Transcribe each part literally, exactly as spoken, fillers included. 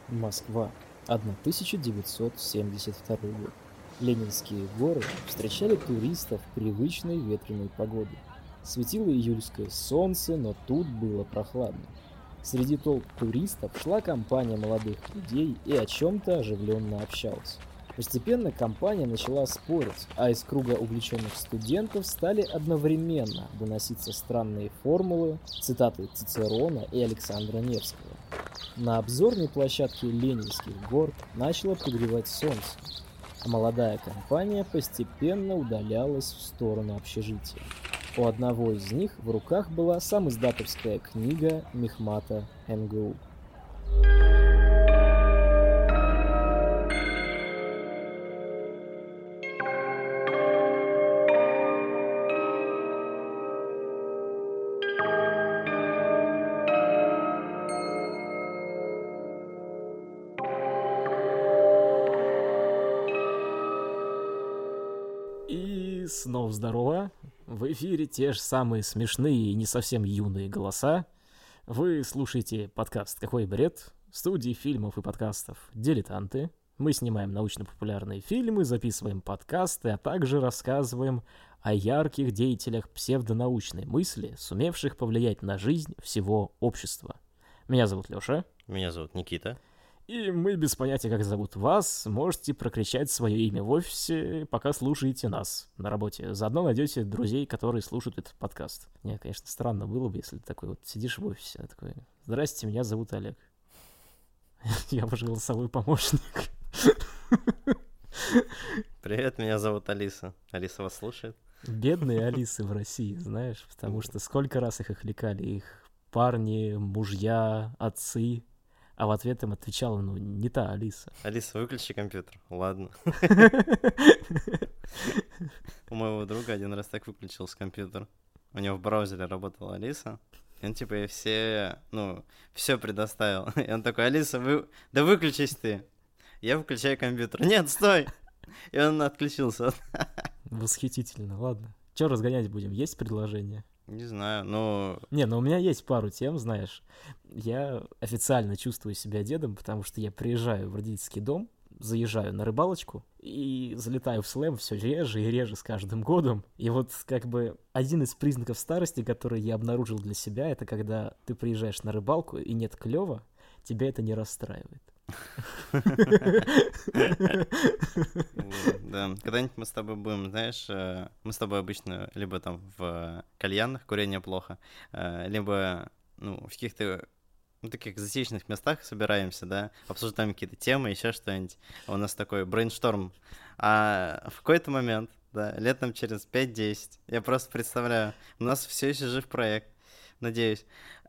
Москва, тысяча девятьсот семьдесят второй год. Ленинские горы встречали туристов привычной ветреной погодой. Светило июльское солнце, но тут было прохладно. Среди толп туристов шла компания молодых людей и о чем-то оживленно общалась. Постепенно компания начала спорить, а из круга увлеченных студентов стали одновременно доноситься странные формулы, цитаты Цицерона и Александра Невского. На обзорной площадке Ленинских гор начало пригревать солнце, а молодая компания постепенно удалялась в сторону общежития. У одного из них в руках была самиздатовская книга Мехмата эм гэ у. И снова здорово. В эфире те же самые смешные и не совсем юные голоса. Вы слушаете подкаст «Какой бред?» студии фильмов и подкастов «Дилетанты». Мы снимаем научно-популярные фильмы, записываем подкасты, а также рассказываем о ярких деятелях псевдонаучной мысли, сумевших повлиять на жизнь всего общества. Меня зовут Лёша. Меня зовут Никита. И мы без понятия, как зовут вас, можете прокричать свое имя в офисе, пока слушаете нас на работе. Заодно найдете друзей, которые слушают этот подкаст. Нет, конечно, странно было бы, если ты такой вот сидишь в офисе, такой: «Здрасте, меня зовут Олег. Я ваш голосовой помощник». Привет, меня зовут Алиса. Алиса вас слушает? Бедные Алисы в России, знаешь, потому что сколько раз их окликали, их парни, мужья, отцы. А в ответ им отвечала, ну, не та Алиса. Алиса, выключи компьютер. Ладно. У моего друга один раз так выключился компьютер. У него в браузере работала Алиса. И он типа ей все, ну, все предоставил. И он такой: Алиса, вы... да выключись ты. Я выключаю компьютер. Нет, стой! И он отключился. Восхитительно, ладно. Че разгонять будем? Есть предложение? Не знаю, но... Не, ну у меня есть пару тем, знаешь. Я официально чувствую себя дедом, потому что я приезжаю в родительский дом, заезжаю на рыбалочку и залетаю в слэм все реже и реже с каждым годом. И вот как бы один из признаков старости, который я обнаружил для себя, это когда ты приезжаешь на рыбалку и нет клёва, тебя это не расстраивает. Да, когда-нибудь мы с тобой будем, знаешь, мы с тобой обычно либо там в кальянах, курение плохо, либо, ну, в каких-то, ну, таких экзотичных местах собираемся, да, обсуждаем какие-то темы, еще что-нибудь. У нас такой брейншторм. А в какой-то момент, да, лет там через пять-десять, я просто представляю, у нас все еще жив проект, надеюсь.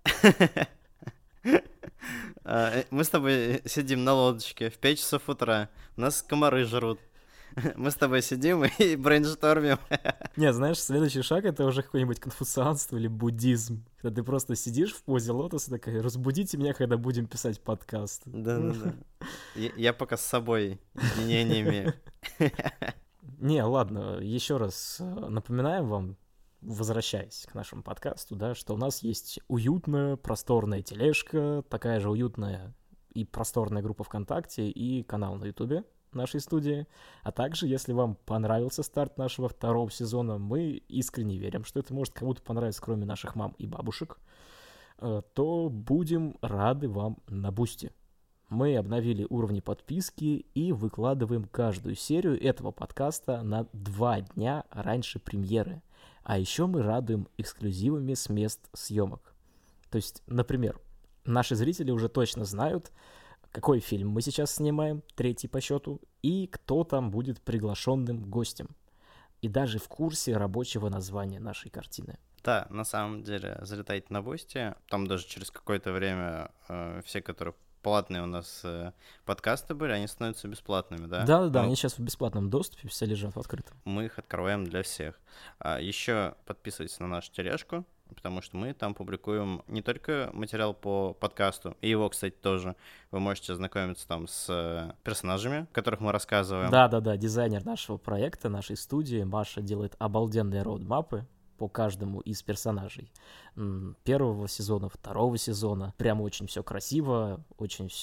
Мы с тобой сидим на лодочке в пять часов утра, нас комары жрут. Мы с тобой сидим и брейнштормим. Не, знаешь, следующий шаг — это уже какое-нибудь конфуцианство или буддизм. Когда ты просто сидишь в позе лотоса, такая: разбудите меня, когда будем писать подкаст. Да-да-да. Я, я пока с собой изменениями. Не, ладно, еще раз напоминаем вам, возвращаясь к нашему подкасту, да, что у нас есть уютная, просторная тележка, такая же уютная и просторная группа ВКонтакте и канал на Ютубе нашей студии. А также, если вам понравился старт нашего второго сезона, мы искренне верим, что это может кому-то понравиться, кроме наших мам и бабушек, то будем рады вам на Бусти. Мы обновили уровни подписки и выкладываем каждую серию этого подкаста на два дня раньше премьеры. А еще мы радуем эксклюзивами с мест съемок. То есть, например, наши зрители уже точно знают, какой фильм мы сейчас снимаем, третий по счету, и кто там будет приглашенным гостем. И даже в курсе рабочего названия нашей картины. Да, на самом деле, залетайте на Бусти. Там даже через какое-то время э, все, которые платные у нас э, подкасты были, они становятся бесплатными, да? Да-да-да, ну, они сейчас в бесплатном доступе, все лежат в открытом. Мы их открываем для всех. А еще подписывайтесь на нашу тележку, потому что мы там публикуем не только материал по подкасту, и его, кстати, тоже. Вы можете ознакомиться там с персонажами, о которых мы рассказываем. Да-да-да, дизайнер нашего проекта, нашей студии, Маша, делает обалденные роудмапы по каждому из персонажей первого сезона, второго сезона. Прям очень все красиво, очень все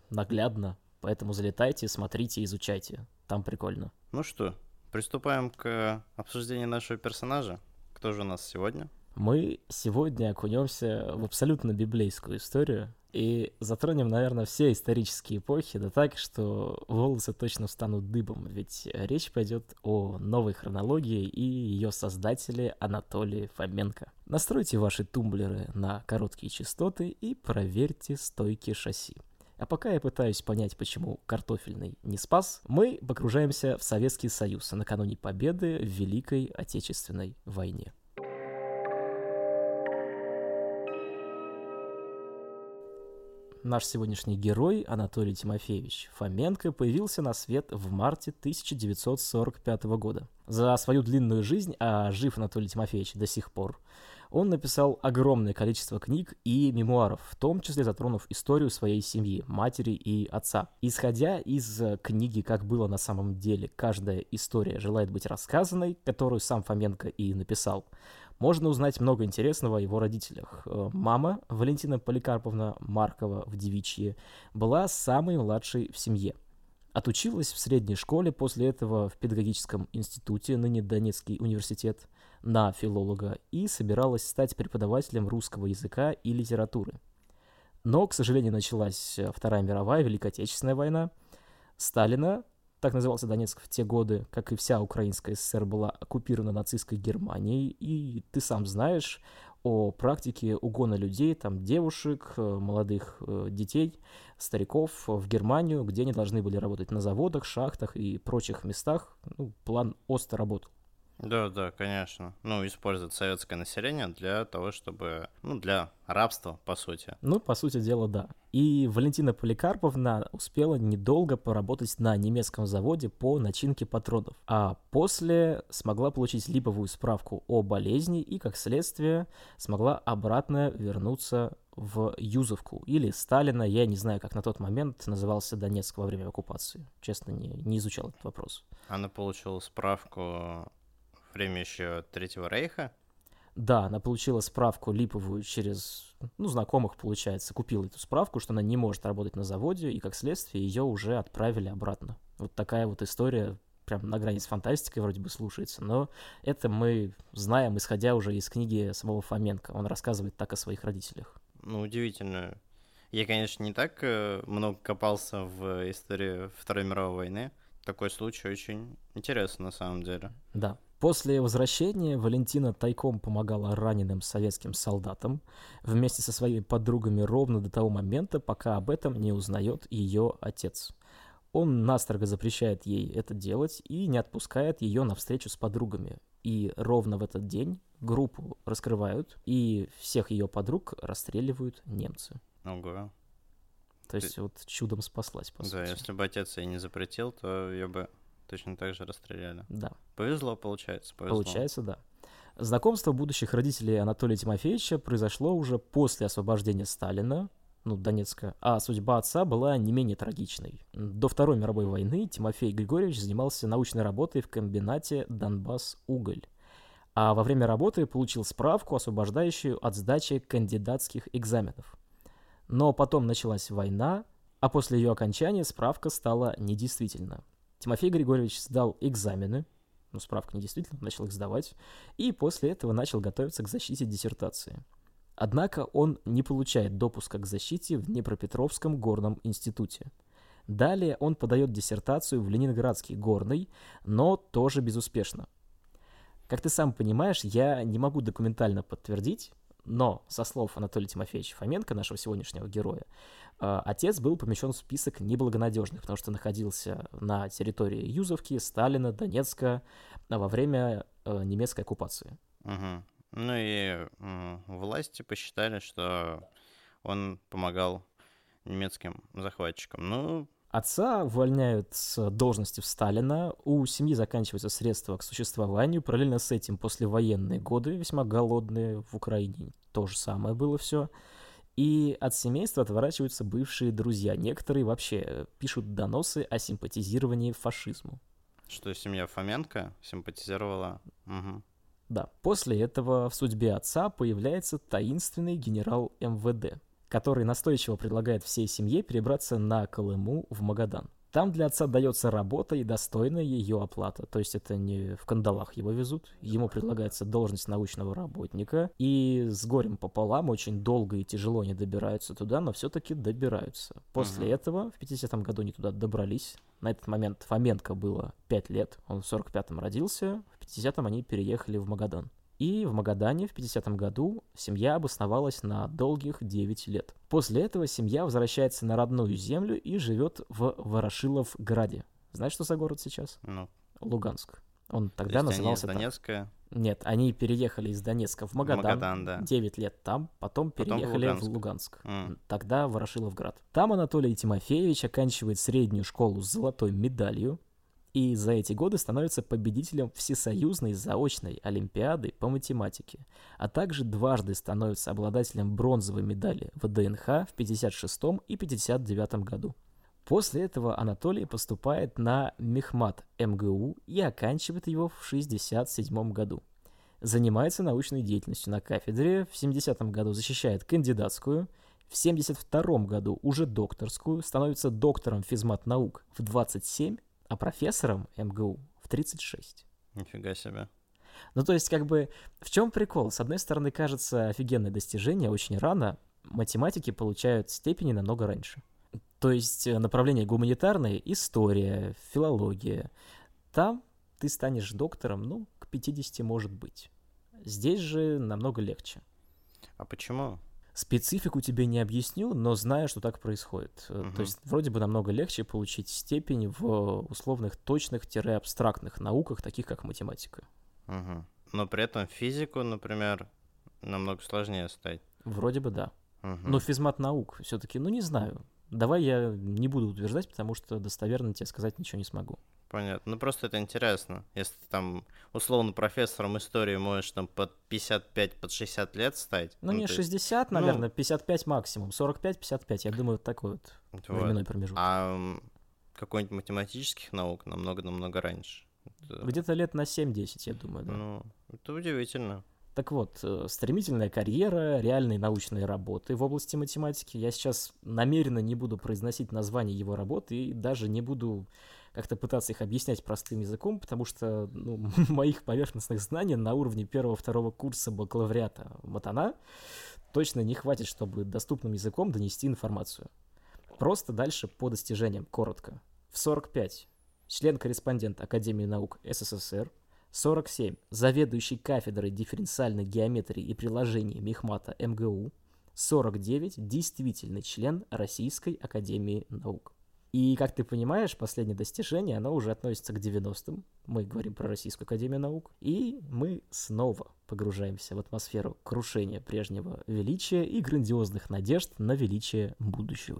наглядно, поэтому залетайте, смотрите, изучайте, там прикольно. Ну что, приступаем к обсуждению нашего персонажа. Кто же у нас сегодня? Мы сегодня окунемся в абсолютно библейскую историю и затронем, наверное, все исторические эпохи, да так, что волосы точно встанут дыбом, ведь речь пойдет о новой хронологии и ее создателе Анатолии Фоменко. Настройте ваши тумблеры на короткие частоты и проверьте стойки шасси. А пока я пытаюсь понять, почему картофельный не спас, мы погружаемся в Советский Союз накануне победы в Великой Отечественной войне. Наш сегодняшний герой, Анатолий Тимофеевич Фоменко, появился на свет в марте тысяча девятьсот сорок пятого года. За свою длинную жизнь, а жив Анатолий Тимофеевич до сих пор, он написал огромное количество книг и мемуаров, в том числе затронув историю своей семьи, матери и отца. Исходя из книги «Как было на самом деле. Каждая история желает быть рассказанной», которую сам Фоменко и написал, можно узнать много интересного о его родителях. Мама, Валентина Поликарповна Маркова в девичье, была самой младшей в семье. Отучилась в средней школе, после этого в педагогическом институте, ныне Донецкий университет, на филолога и собиралась стать преподавателем русского языка и литературы. Но, к сожалению, началась Вторая мировая, Великая Отечественная война. Сталина, так назывался Донецк в те годы, как и вся Украинская ССР, была оккупирована нацистской Германией, и ты сам знаешь о практике угона людей, там девушек, молодых детей, стариков в Германию, где они должны были работать на заводах, шахтах и прочих местах. Ну, план Оста работал. Да, да, конечно. Ну, используют советское население для того, чтобы, ну, для рабства, по сути. Ну, по сути дела, да. И Валентина Поликарповна успела недолго поработать на немецком заводе по начинке патронов, а после смогла получить липовую справку о болезни и, как следствие, смогла обратно вернуться в Юзовку или Сталина. Я не знаю, как на тот момент назывался Донецк во время оккупации. Честно, не, не изучал этот вопрос. Она получила справку время еще Третьего Рейха? Да, она получила справку липовую через, ну, знакомых, получается, купила эту справку, что она не может работать на заводе, и, как следствие, ее уже отправили обратно. Вот такая вот история, прям на грани с фантастикой вроде бы слушается, но это мы знаем, исходя уже из книги самого Фоменко. Он рассказывает так о своих родителях. Ну, удивительно. Я, конечно, не так много копался в истории Второй мировой войны. Такой случай очень интересный на самом деле. Да. После возвращения Валентина тайком помогала раненым советским солдатам вместе со своими подругами ровно до того момента, пока об этом не узнает ее отец. Он настрого запрещает ей это делать и не отпускает ее на встречу с подругами. И ровно в этот день группу раскрывают, и всех ее подруг расстреливают немцы. Ого. То есть Ты... вот чудом спаслась, по да, сути. Да, если бы отец ей не запретил, то ее бы точно так же расстреляли. Да. Повезло, получается, повезло. Получается, да. Знакомство будущих родителей Анатолия Тимофеевича произошло уже после освобождения Сталина, ну, Донецка, а судьба отца была не менее трагичной. До Второй мировой войны Тимофей Григорьевич занимался научной работой в комбинате «Донбасс-Уголь», а во время работы получил справку, освобождающую от сдачи кандидатских экзаменов. Но потом началась война, а после ее окончания справка стала недействительна. Тимофей Григорьевич сдал экзамены, ну, справка недействительна, начал их сдавать, и после этого начал готовиться к защите диссертации. Однако он не получает допуска к защите в Днепропетровском горном институте. Далее он подает диссертацию в Ленинградский горный, но тоже безуспешно. Как ты сам понимаешь, я не могу документально подтвердить, но, со слов Анатолия Тимофеевича Фоменко, нашего сегодняшнего героя, отец был помещен в список неблагонадежных, потому что находился на территории Юзовки, Сталина, Донецка во время немецкой оккупации. Угу. Ну и м, власти посчитали, что он помогал немецким захватчикам. Ну, Отца увольняют с должности в Сталина, у семьи заканчиваются средства к существованию, параллельно с этим послевоенные годы, весьма голодные в Украине, то же самое было все. И от семейства отворачиваются бывшие друзья. Некоторые вообще пишут доносы о симпатизировании фашизму. Что семья Фоменко симпатизировала. Угу. Да. После этого в судьбе отца появляется таинственный генерал эм вэ дэ. который настойчиво предлагает всей семье перебраться на Колыму в Магадан. Там для отца дается работа и достойная ее оплата. То есть это не в кандалах его везут. Ему предлагается должность научного работника. И с горем пополам очень долго и тяжело не добираются туда, но все-таки добираются. После uh-huh. этого в пятидесятом году они туда добрались. На этот момент Фоменко было пять лет. Он в сорок пятом родился. В пятидесятом они переехали в Магадан. И в Магадане в пятидесятом году семья обосновалась на долгих девять лет. После этого семья возвращается на родную землю и живет в Ворошиловграде. Знаешь, что за город сейчас? Ну. Луганск. Он тогда То есть назывался они из так. Донецка? Нет, они переехали из Донецка в Магадан, Магадан, да. девять лет там, потом, потом переехали в Луганск, в Луганск. Mm. Тогда Ворошиловград. Там Анатолий Тимофеевич оканчивает среднюю школу с золотой медалью, и за эти годы становится победителем Всесоюзной заочной олимпиады по математике, а также дважды становится обладателем бронзовой медали в ДНХ в пятьдесят шестом и пятьдесят девятом году. После этого Анатолий поступает на мехмат эм гэ у и оканчивает его в шестьдесят седьмом году. Занимается научной деятельностью на кафедре, в семидесятом году защищает кандидатскую, в семьдесят втором году уже докторскую, становится доктором физмат-наук в двадцать семь, а профессором эм гэ у в тридцать шесть. Нифига себе. Ну, то есть, как бы, в чем прикол? С одной стороны, кажется, офигенное достижение, очень рано математики получают степени намного раньше. То есть, направление гуманитарное, история, филология. Там ты станешь доктором, ну, к пятидесяти может быть. Здесь же намного легче. А почему? Специфику тебе не объясню, но знаю, что так происходит. Uh-huh. То есть вроде бы намного легче получить степень в условных точных-абстрактных науках, таких как математика. Uh-huh. Но при этом физику, например, намного сложнее стать. Вроде бы да. Uh-huh. Но физмат-наук все-таки, ну не знаю. Давай я не буду утверждать, потому что достоверно тебе сказать ничего не смогу. Понятно. Ну просто это интересно. Если ты там условно профессором истории можешь там под пятьдесят пять, под шестьдесят лет стать. Ну, ну не шестьдесят, есть... наверное, ну... пятьдесят пять максимум. сорок пять пятьдесят пять. Я думаю, вот такой вот, вот временной промежуток. А какой-нибудь математических наук намного-намного раньше. Это... Где-то лет на семь-десять, я думаю, да. Ну, это удивительно. Так вот, стремительная карьера, реальные научные работы в области математики. Я сейчас намеренно не буду произносить название его работы и даже не буду как-то пытаться их объяснять простым языком, потому что ну, моих поверхностных знаний на уровне первого-второго курса бакалавриата матана точно не хватит, чтобы доступным языком донести информацию. Просто дальше по достижениям, коротко. В сорок пять член-корреспондент Академии наук эс эс эс эр, сорок семь заведующий кафедрой дифференциальной геометрии и приложений мехмата эм гэ у, сорок девять действительный член Российской Академии наук. И, как ты понимаешь, последнее достижение, оно уже относится к девяностым. Мы говорим про Российскую Академию наук. И мы снова погружаемся в атмосферу крушения прежнего величия и грандиозных надежд на величие будущего.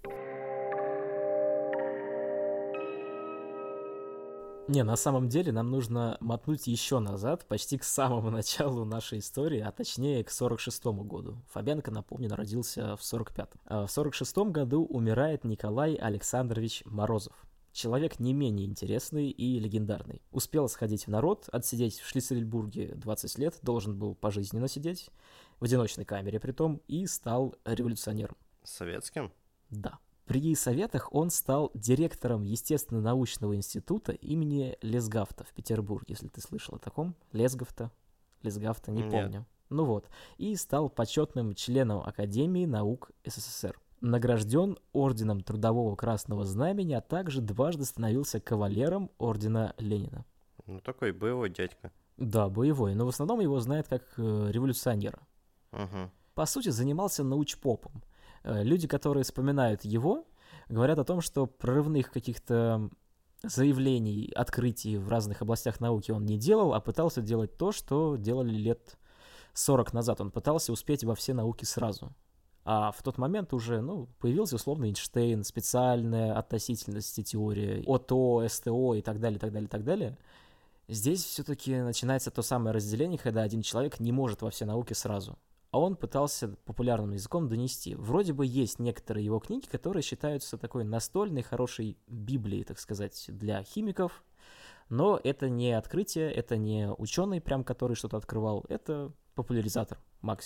Не, на самом деле нам нужно мотнуть еще назад, почти к самому началу нашей истории, а точнее к сорок шестому году. Фоменко, напомню, родился в сорок пятом. А в сорок шестом году умирает Николай Александрович Морозов. Человек не менее интересный и легендарный. Успел сходить в народ, отсидеть в Шлиссельбурге двадцать лет, должен был пожизненно сидеть, в одиночной камере притом, и стал революционером. Советским? Да. При Советах он стал директором естественно-научного института имени Лесгафта в Петербурге, если ты слышал о таком. Лесгафта, Лесгафта, не Нет. помню. Ну вот. И стал почетным членом Академии наук эс эс эс эр. Награжден орденом Трудового Красного Знамени, а также дважды становился кавалером ордена Ленина. Ну, такой боевой дядька. Да, боевой, но в основном его знают как э, революционера. Угу. По сути, занимался научпопом. Люди, которые вспоминают его, говорят о том, что прорывных каких-то заявлений, открытий в разных областях науки он не делал, а пытался делать то, что делали лет сорок назад. Он пытался успеть во все науки сразу. А в тот момент уже ну, появился условно Эйнштейн, специальная относительность теория, ОТО, СТО и так далее, так далее, так далее. Здесь все-таки начинается то самое разделение, когда один человек не может во все науки сразу. А он пытался популярным языком донести. Вроде бы есть некоторые его книги, которые считаются такой настольной, хорошей библией, так сказать, для химиков. Но это не открытие, это не ученый, прям который что-то открывал, это популяризатор максимум.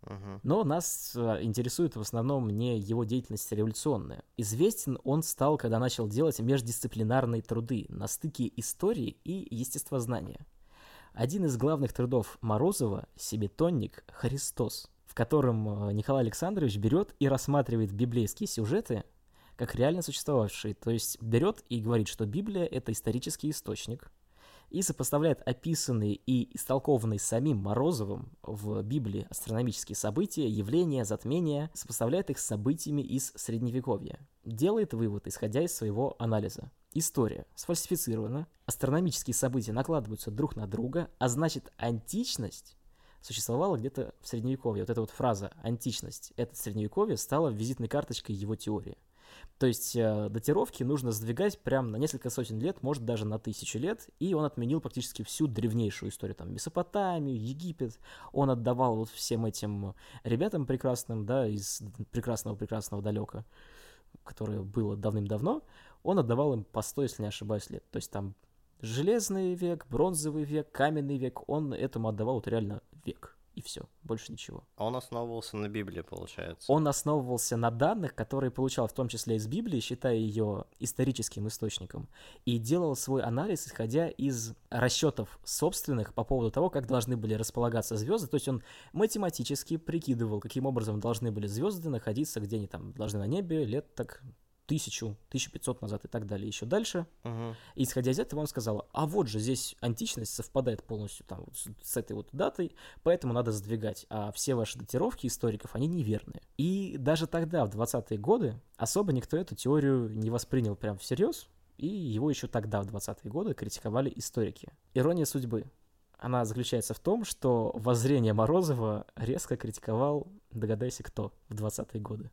Мгм. Но нас э, интересует в основном не его деятельность революционная. Известен он стал, когда начал делать междисциплинарные труды на стыке истории и естествознания. Один из главных трудов Морозова — семитонник «Христос», в котором э, Николай Александрович берет и рассматривает библейские сюжеты как реально существовавшие. То есть берет и говорит, что Библия — это исторический источник, и сопоставляет описанные и истолкованные самим Морозовым в Библии астрономические события, явления, затмения, сопоставляет их с событиями из Средневековья. Делает вывод, исходя из своего анализа. История сфальсифицирована, астрономические события накладываются друг на друга, а значит, античность существовала где-то в Средневековье. Вот эта вот фраза «античность» — это Средневековье стала визитной карточкой его теории. То есть э, датировки нужно сдвигать прям на несколько сотен лет, может даже на тысячу лет, и он отменил практически всю древнейшую историю, там, Месопотамию, Египет. Он отдавал вот всем этим ребятам прекрасным, да, из прекрасного-прекрасного далека, которое было давным-давно, он отдавал им по сто, если не ошибаюсь, лет. То есть там железный век, бронзовый век, каменный век, он этому отдавал вот реально век. И все, больше ничего. А он основывался на Библии, получается. Он основывался на данных, которые получал в том числе из Библии, считая ее историческим источником, и делал свой анализ, исходя из расчетов собственных по поводу того, как должны были располагаться звезды. То есть он математически прикидывал, каким образом должны были звезды находиться, где они там должны на небе лет так тысячу, тысячу пятьсот назад и так далее, еще дальше. Угу. И исходя из этого он сказал, а вот же здесь античность совпадает полностью там вот с, с этой вот датой, поэтому надо сдвигать, а все ваши датировки историков, они неверные. И даже тогда, в двадцатые годы, особо никто эту теорию не воспринял прям всерьез, и его еще тогда, в двадцатые годы, критиковали историки. Ирония судьбы. Она заключается в том, что воззрение Морозова резко критиковал, догадайся, кто в двадцатые годы.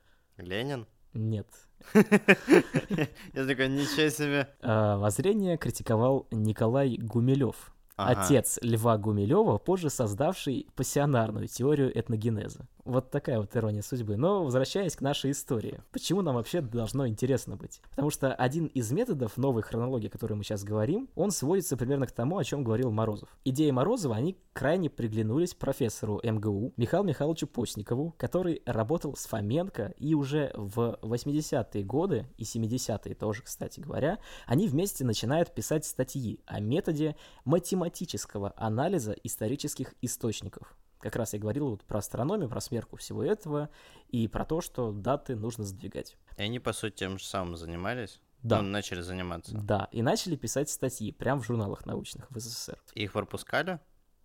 Ленин? Нет. Я такой, ничего себе. А, воззрение критиковал Николай Гумилев, Ага. отец Льва Гумилева, позже создавший пассионарную теорию этногенеза. Вот такая вот ирония судьбы. Но возвращаясь к нашей истории, почему нам вообще должно интересно быть? Потому что один из методов новой хронологии, о которой мы сейчас говорим, он сводится примерно к тому, о чем говорил Морозов. Идеи Морозова, они крайне приглянулись профессору эм гэ у Михаилу Михайловичу Постникову, который работал с Фоменко, и уже в восьмидесятые годы и семидесятые тоже, кстати говоря, они вместе начинают писать статьи о методе математического анализа исторических источников. Как раз я говорил вот про астрономию, про сверку всего этого и про то, что даты нужно сдвигать. И они, по сути, тем же самым занимались? Да. Ну, начали заниматься. Да, и начали писать статьи прямо в журналах научных в эс эс эс эр. Их пропускали?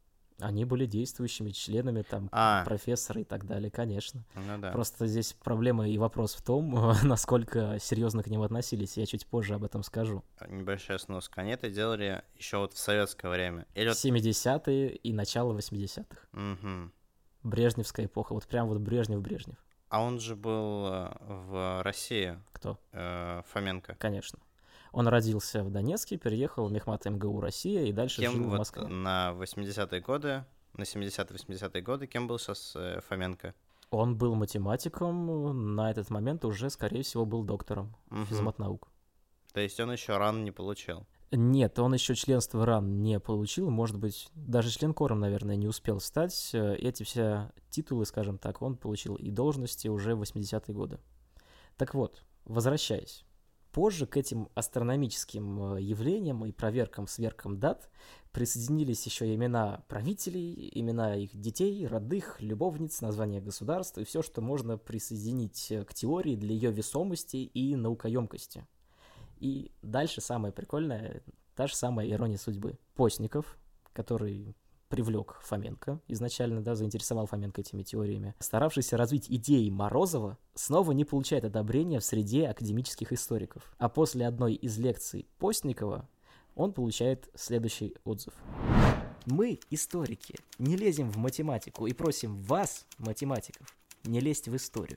Они были действующими членами, там, А. профессора и так далее, конечно. Ну да. Просто здесь проблема и вопрос в том, насколько серьезно к ним относились. Я чуть позже об этом скажу. Небольшая сноска. Они это делали еще вот в советское время. Или вот... семидесятые и начало восьмидесятых. Мгм. Брежневская эпоха. Вот прям вот Брежнев-Брежнев. А он же был э, в России, Кто? э, Фоменко. Конечно. Он родился в Донецке, переехал в мехмат эм гэ у Россия и дальше Кем жил в вот Москве. на восьмидесятые годы, на семидесятые-восьмидесятые годы, кем был сейчас э, Фоменко? Он был математиком, на этот момент уже, скорее всего, был доктором Мгм. физматнаук. То есть он еще ран не получил. Нет, он еще членство РАН не получил, может быть, даже членкором, наверное, не успел стать. Э, Эти все титулы, скажем так, он получил и должности уже в восьмидесятые годы. Так вот, возвращаясь. Позже к этим астрономическим э, явлениям и проверкам, сверкам дат присоединились еще имена правителей, имена их детей, родных, любовниц, названия государств и все, что можно присоединить э, к теории для ее весомости и наукоемкости. И дальше самое прикольное, та же самая ирония судьбы. Постников, который привлек Фоменко изначально, да, заинтересовал Фоменко этими теориями, старавшийся развить идеи Морозова, снова не получает одобрения в среде академических историков. А после одной из лекций Постникова он получает следующий отзыв. Мы, историки, не лезем в математику и просим вас, математиков, не лезть в историю.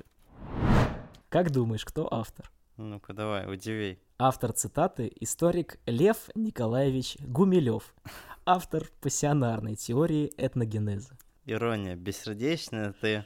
Как думаешь, кто автор? Ну-ка, давай, удиви. Автор цитаты – историк Лев Николаевич Гумилев, автор пассионарной теории этногенеза. Ирония, бессердечная ты.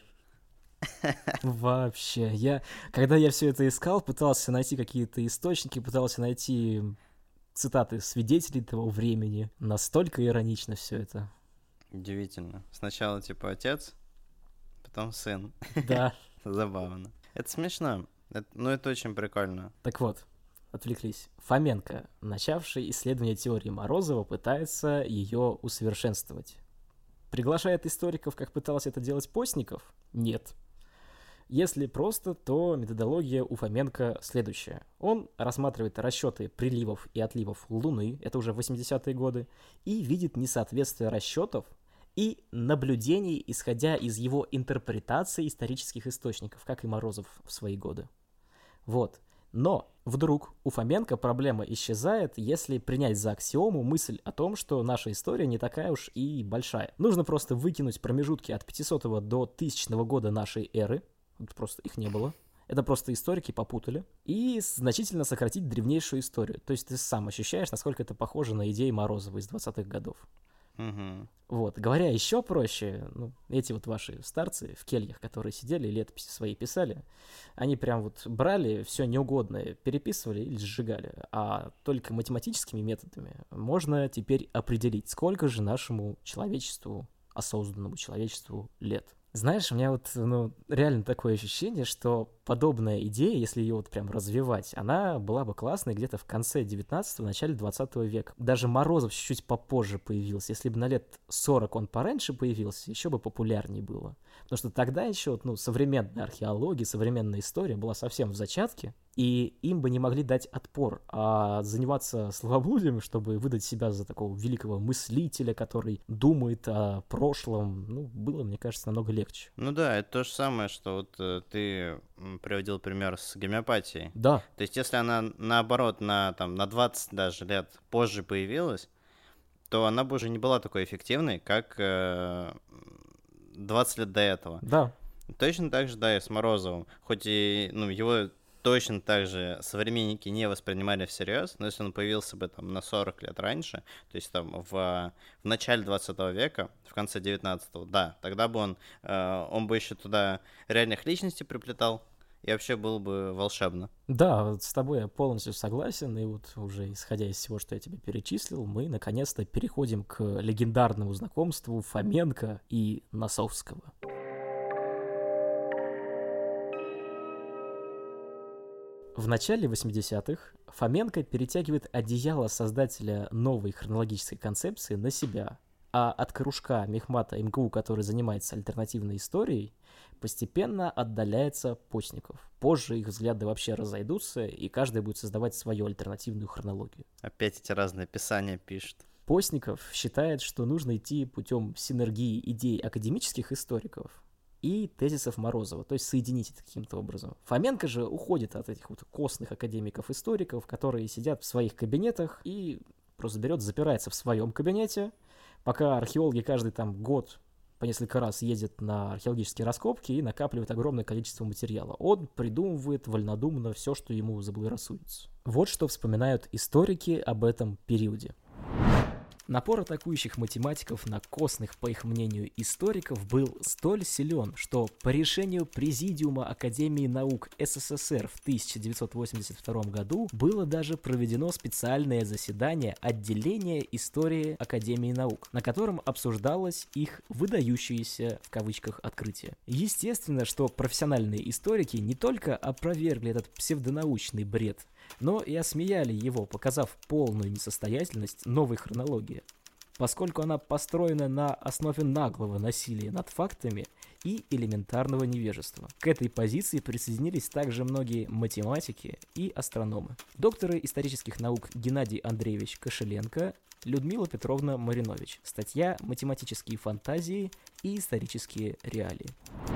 Вообще, я, когда я все это искал, пытался найти какие-то источники, пытался найти цитаты свидетелей того времени. Настолько иронично все это. Удивительно. Сначала, типа, отец потом сын. Да. Забавно. Это смешно. Это, ну, это очень прикольно. Так вот, отвлеклись. Фоменко, начавший исследование теории Морозова, пытается ее усовершенствовать. Приглашает историков, как пытался это делать Постников? Нет. Если просто, то методология у Фоменко следующая. Он рассматривает расчеты приливов и отливов Луны, это уже восьмидесятые годы, и видит несоответствие расчетов и наблюдений, исходя из его интерпретации исторических источников, как и Морозов в свои годы. Вот. Но вдруг у Фоменко проблема исчезает, если принять за аксиому мысль о том, что наша история не такая уж и большая. Нужно просто выкинуть промежутки от пятисотого до тысячного года нашей эры, просто их не было, это просто историки попутали, и значительно сократить древнейшую историю. То есть ты сам ощущаешь, насколько это похоже на идеи Морозова из двадцатых годов. Угу. Вот, говоря еще проще, ну, эти вот ваши старцы в кельях, которые сидели и летописи свои писали, они прям вот брали все неугодное, переписывали или сжигали, а только математическими методами можно теперь определить, сколько же нашему человечеству, осознанному человечеству лет. Знаешь, у меня вот, ну, реально такое ощущение, что подобная идея, если ее вот прям развивать, она была бы классной где-то в конце девятнадцатого, начале двадцатого века. Даже Морозов чуть-чуть попозже появился. Если бы на лет сорок он пораньше появился, еще бы популярнее было. Потому что тогда еще, ну, современная археология, современная история была совсем в зачатке, и им бы не могли дать отпор, а заниматься словоблудием, чтобы выдать себя за такого великого мыслителя, который думает о прошлом, ну, было, мне кажется, намного легче. Ну да, это то же самое, что вот э, ты приводил пример с гомеопатией. Да. То есть если она, наоборот, на, там, на двадцать даже лет позже появилась, то она бы уже не была такой эффективной, как э, двадцать лет до этого. Да. Точно так же, да, и с Морозовым. Хоть и, ну, его точно так же современники не воспринимали всерьез, но если он появился бы там на сорок лет раньше, то есть там в, в начале двадцатого века, в конце девятнадцатого, да, тогда бы он, э, он бы еще туда реальных личностей приплетал, и вообще было бы волшебно. Да, вот с тобой я полностью согласен, и вот уже исходя из всего, что я тебе перечислил, мы наконец-то переходим к легендарному знакомству Фоменко и Носовского. В начале восьмидесятых Фоменко перетягивает одеяло создателя новой хронологической концепции на себя, а от кружка мехмата эм ка у, который занимается альтернативной историей, постепенно отдаляется Постников. Позже их взгляды вообще разойдутся, и каждый будет создавать свою альтернативную хронологию. Опять эти разные писания пишут. Постников считает, что нужно идти путем синергии идей академических историков и тезисов Морозова, то есть соединить это каким-то образом. Фоменко же уходит от этих вот костных академиков-историков, которые сидят в своих кабинетах и просто берет, запирается в своем кабинете, пока археологи каждый там год по несколько раз ездят на археологические раскопки и накапливают огромное количество материала. Он придумывает вольнодумно все, что ему заблагорассудится. Вот что вспоминают историки об этом периоде. Напор атакующих математиков на костных, по их мнению, историков был столь силен, что по решению Президиума Академии наук эс эс эс эр в тысяча девятьсот восемьдесят втором году было даже проведено специальное заседание отделения истории Академии наук, на котором обсуждалось их выдающееся в кавычках открытие. Естественно, что профессиональные историки не только опровергли этот псевдонаучный бред, но и осмеяли его, показав полную несостоятельность новой хронологии, поскольку она построена на основе наглого насилия над фактами и элементарного невежества. К этой позиции присоединились также многие математики и астрономы. Докторы исторических наук Геннадий Андреевич Кошеленко, Людмила Петровна Маринович. Статья «Математические фантазии и исторические реалии».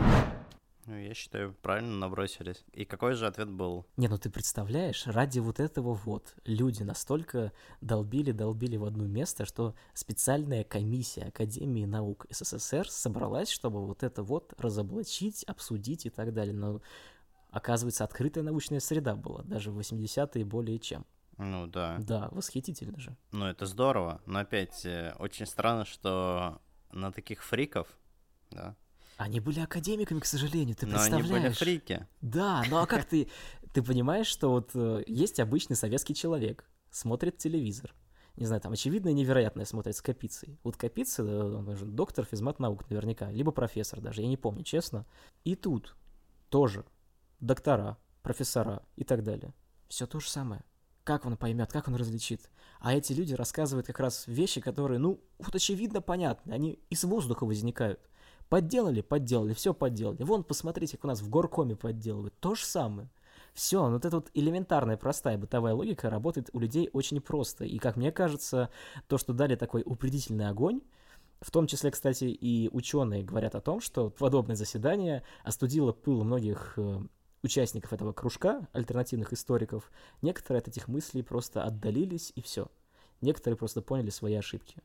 Ну, я считаю, правильно набросились. И какой же ответ был? Не, ну ты представляешь, ради вот этого вот люди настолько долбили-долбили в одно место, что специальная комиссия Академии наук эс эс эс эр собралась, чтобы вот это вот разоблачить, обсудить и так далее. Но, оказывается, открытая научная среда была, даже в восьмидесятые более чем. Ну да. Да, восхитительно же. Ну это здорово, но опять э, очень странно, что на таких фриков, да, Они были академиками, к сожалению, ты но представляешь? они были фрики. Да, ну а как ты... Ты понимаешь, что вот э, есть обычный советский человек, смотрит телевизор, не знаю, там, очевидно и невероятное смотрят с Капицей. Вот Капица, он же доктор физмат-наук наверняка, либо профессор даже, я не помню, честно. И тут тоже доктора, профессора и так далее. Все то же самое. Как он поймет, как он различит? А эти люди рассказывают как раз вещи, которые, ну, вот очевидно понятны, они из воздуха возникают. Подделали, подделали, все подделали. Вон, посмотрите, как у нас в горкоме подделывают. То же самое. Все, вот эта вот элементарная, простая бытовая логика работает у людей очень просто. И, как мне кажется, то, что дали такой упредительный огонь, в том числе, кстати, и ученые говорят о том, что подобное заседание остудило пыл многих э, участников этого кружка, альтернативных историков. Некоторые от этих мыслей просто отдалились, и все. Некоторые просто поняли свои ошибки.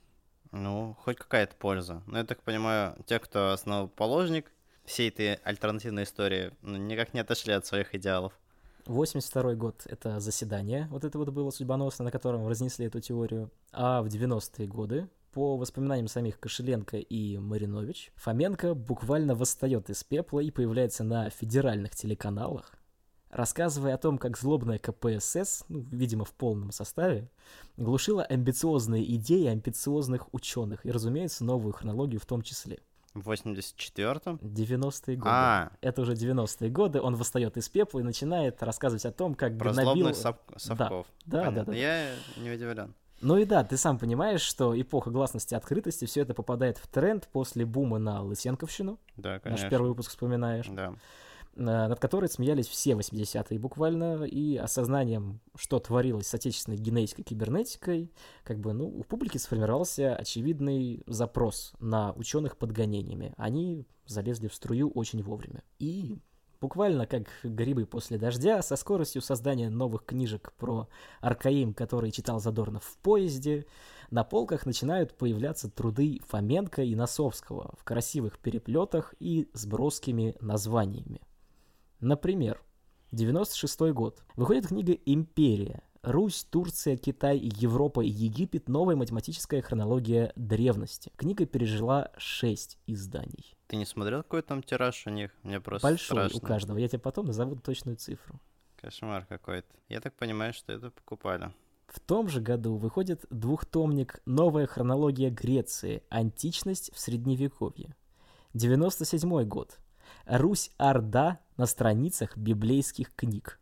Ну, хоть какая-то польза. Но я так понимаю, те, кто основоположник всей этой альтернативной истории, ну, никак не отошли от своих идеалов. восемьдесят второй год — это заседание, вот это вот было судьбоносное, на котором разнесли эту теорию. А в девяностые годы, по воспоминаниям самих Кошеленко и Маринович, Фоменко буквально восстает из пепла и появляется на федеральных телеканалах, рассказывая о том, как злобная ка пэ эс эс, ну, видимо, в полном составе, глушила амбициозные идеи амбициозных ученых и, разумеется, новую хронологию в том числе. В восемьдесят четвёртом? девяностые годы. А. Это уже девяностые годы. Он восстает из пепла и начинает рассказывать о том, как Про гнобил... злобных сов... совков. Да, да, Понятно. да, да. Я не удивлен. Ну и да, ты сам понимаешь, что эпоха гласности и открытости, все это попадает в тренд после бума на Лысенковщину. Да, конечно. Наш первый выпуск вспоминаешь. Да. Над которой смеялись все восьмидесятые буквально, и осознанием, что творилось с отечественной генетикой, кибернетикой, как бы, ну, у публики сформировался очевидный запрос на ученых под гонениями. Они залезли в струю очень вовремя. И буквально как грибы после дождя, со скоростью создания новых книжек про Аркаим, который читал Задорнов в поезде, на полках начинают появляться труды Фоменко и Носовского в красивых переплетах и с броскими названиями. Например, девяносто шестой год. Выходит книга «Империя. Русь, Турция, Китай, Европа и Египет. Новая математическая хронология древности». Книга пережила шесть изданий. Ты не смотрел, какой там тираж у них? Мне просто Большой страшно. у каждого. Я тебе потом назову точную цифру. Кошмар какой-то. Я так понимаю, что это покупали. В том же году выходит двухтомник «Новая хронология Греции. Античность в Средневековье». девяносто седьмой год. Русь-Орда на страницах библейских книг.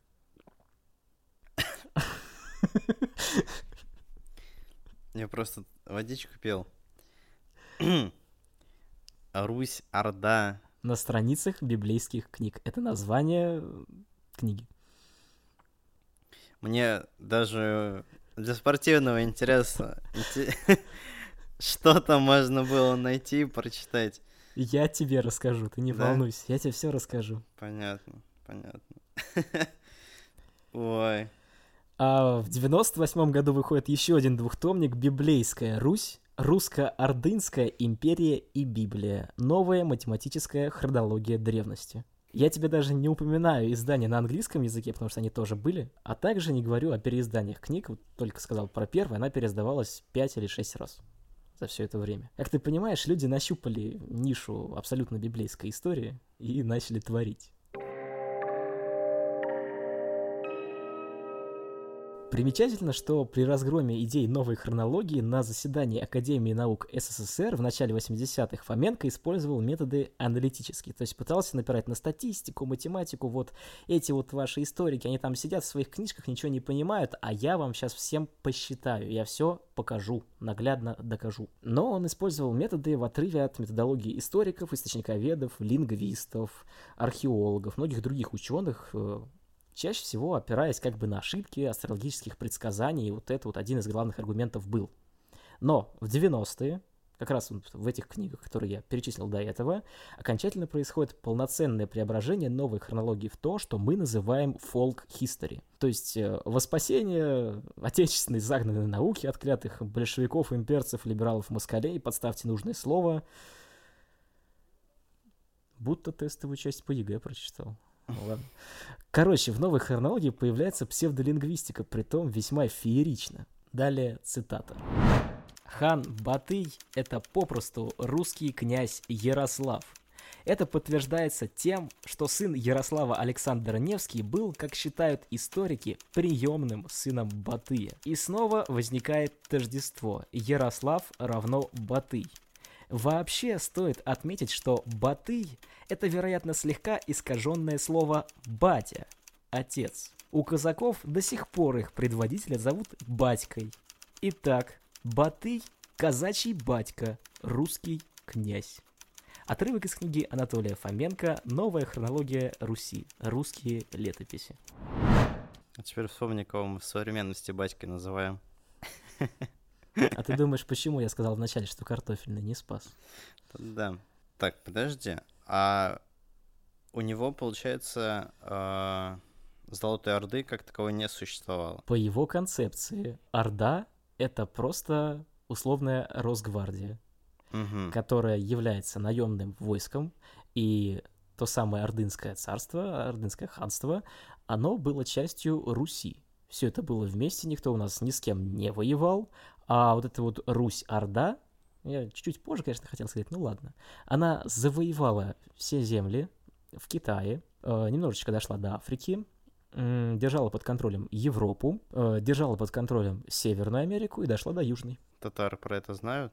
Я просто водичку пил. Русь-Орда. На страницах библейских книг. Это название книги. Мне даже для спортивного интереса что-то можно было найти и прочитать. Я тебе расскажу, ты не Да? волнуйся, я тебе все расскажу. Понятно, понятно. Ой. А в девяносто восьмом году выходит еще один двухтомник «Библейская Русь. Русско-Ордынская империя и Библия. Новая математическая хронология древности». Я тебе даже не упоминаю издания на английском языке, потому что они тоже были, а также не говорю о переизданиях книг, вот только сказал про первое, она переиздавалась пять или шесть раз за все это время. Как ты понимаешь, люди нащупали нишу абсолютно библейской истории и начали творить. Примечательно, что при разгроме идей новой хронологии на заседании Академии наук эс эс эс эр в начале восьмидесятых Фоменко использовал методы аналитические, то есть пытался напирать на статистику, математику, вот эти вот ваши историки, они там сидят в своих книжках, ничего не понимают, а я вам сейчас всем посчитаю, я все покажу, наглядно докажу. Но он использовал методы в отрыве от методологии историков, источниковедов, лингвистов, археологов, многих других ученых, чаще всего опираясь как бы на ошибки астрологических предсказаний, и вот это вот один из главных аргументов был. Но в девяностые, как раз вот в этих книгах, которые я перечислил до этого, окончательно происходит полноценное преображение новой хронологии в то, что мы называем folk-history. То есть во спасение отечественной загнанной науки от клятых большевиков, имперцев, либералов, москалей, подставьте нужное слово, будто тестовую часть по ЕГЭ прочитал. Ну, ладно. Короче, в новой хронологии появляется псевдолингвистика, притом весьма феерично. Далее цитата. «Хан Батый — это попросту русский князь Ярослав. Это подтверждается тем, что сын Ярослава Александр Невский был, как считают историки, приемным сыном Батыя. И снова возникает тождество. Ярослав равно Батый. Вообще стоит отметить, что Батый – это, вероятно, слегка искаженное слово «батя» – «отец». У казаков до сих пор их предводителя зовут батькой. Итак, Батый – казачий батька, русский князь. Отрывок из книги Анатолия Фоменко «Новая хронология Руси. Русские летописи». А теперь вспомни, кого мы в современности батькой называем. А ты думаешь, почему я сказал вначале, что картофельный не спас? Да. Так, подожди. А у него, получается, э, Золотой Орды как таковой не существовало? По его концепции, Орда — это просто условная Росгвардия, Угу. которая является наемным войском, и то самое Ордынское царство, Ордынское ханство, оно было частью Руси. Все это было вместе, никто у нас ни с кем не воевал, а вот эта вот Русь-Орда, я чуть-чуть позже, конечно, хотел сказать, ну ладно, она завоевала все земли в Китае, э, немножечко дошла до Африки, э, держала под контролем Европу, э, держала под контролем Северную Америку и дошла до Южной. Татары про это знают?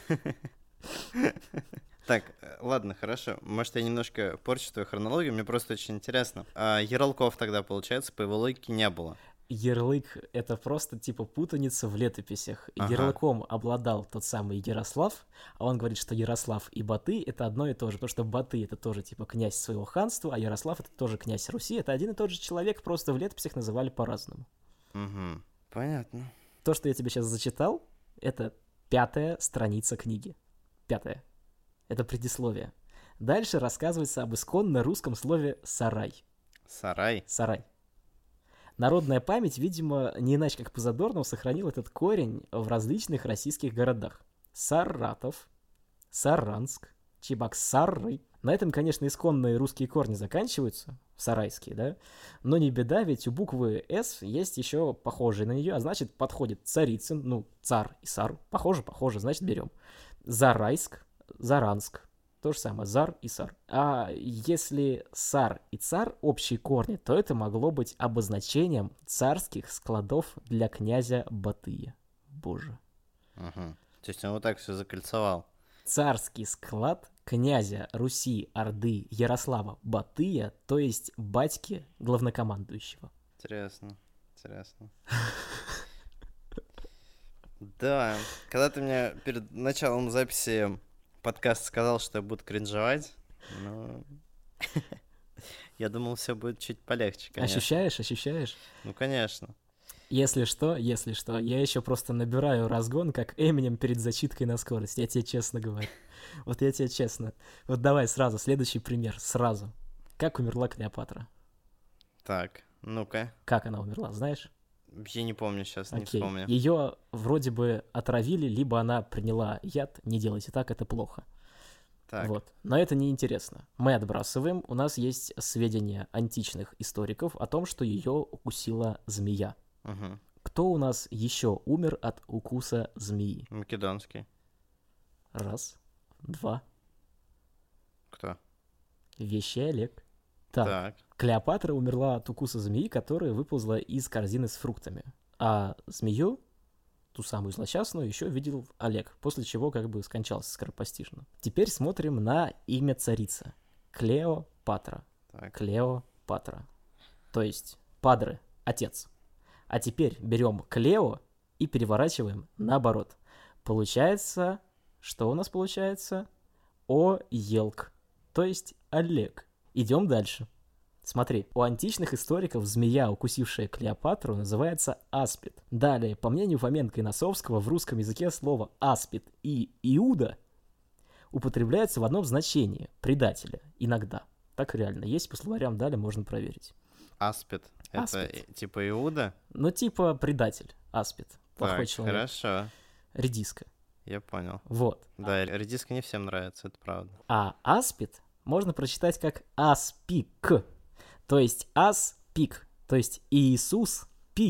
Так, ладно, хорошо. Может, я немножко порчу твою хронологию, мне просто очень интересно. А ярлыков тогда, получается, по его логике не было. Ярлык — это просто типа путаница в летописях. Ага. Ярлыком обладал тот самый Ярослав, а он говорит, что Ярослав и Батый — это одно и то же, потому что Батый — это тоже типа князь своего ханства, а Ярослав — это тоже князь Руси, это один и тот же человек, просто в летописях называли по-разному. Угу. Понятно. То, что я тебе сейчас зачитал, это пятая страница книги. Пятая. Это предисловие. Дальше рассказывается об исконно русском слове «сарай». Сарай? Сарай. Народная память, видимо, не иначе как по Задорнову, сохранила этот корень в различных российских городах. Саратов, Саранск, Чебоксары. На этом, конечно, исконные русские корни заканчиваются, сарайские, да? Но не беда, ведь у буквы «С» есть еще похожие на нее, а значит, подходит Царицын, ну, цар и сар. Похоже, похоже, значит, берем. Зарайск, Заранск. То же самое, зар и сар. А если сар и цар общие корни, то это могло быть обозначением царских складов для князя Батыя. Боже. Угу. То есть он вот так все закольцевал. Царский склад князя Руси, Орды, Ярослава Батыя, то есть батьки главнокомандующего. Интересно, интересно. Да, когда ты мне перед началом записи подкаст сказал, что я буду кринжевать, ну, я думал, все будет чуть полегче, конечно. Ощущаешь, ощущаешь? Ну, конечно. Если что, если что, я еще просто набираю разгон, как Эминем перед зачиткой на скорость, я тебе честно говорю. Вот я тебе честно. Вот давай сразу, следующий пример, сразу. Как умерла Клеопатра? Так, ну-ка. Как она умерла, знаешь? Я не помню сейчас, не Окей. вспомню. Ее вроде бы отравили, либо она приняла яд. Не делайте так, это плохо. Так, Вот. Но это неинтересно. Мы отбрасываем. У нас есть сведения античных историков о том, что ее укусила змея. угу. Кто у нас еще умер от укуса змеи? Македонский. Раз, два. Кто? Вещий Олег. Так, Так. Клеопатра умерла от укуса змеи, которая выползла из корзины с фруктами. А змею, ту самую злосчастную, еще видел Олег, после чего как бы скончался скоропостижно. Теперь смотрим на имя царицы. Клеопатра. Так. Клеопатра. То есть падре, отец. А теперь берем Клео и переворачиваем наоборот. Получается, что у нас получается? О-елк, то есть Олег. Идем дальше. Смотри, у античных историков змея, укусившая Клеопатру, называется аспид. Далее, по мнению Фоменко и Носовского, в русском языке слово аспид и Иуда употребляются в одном значении – предателя, иногда. Так реально есть, по словарям далее можно проверить. Аспид. Это Аспид. э, типа Иуда? Ну, типа предатель, аспид, плохой Так, человек. хорошо. Редиска. Я понял. Вот. Да, редиска не всем нравится, это правда. А аспид можно прочитать как аспик, то есть аспик, то есть Иисус пика.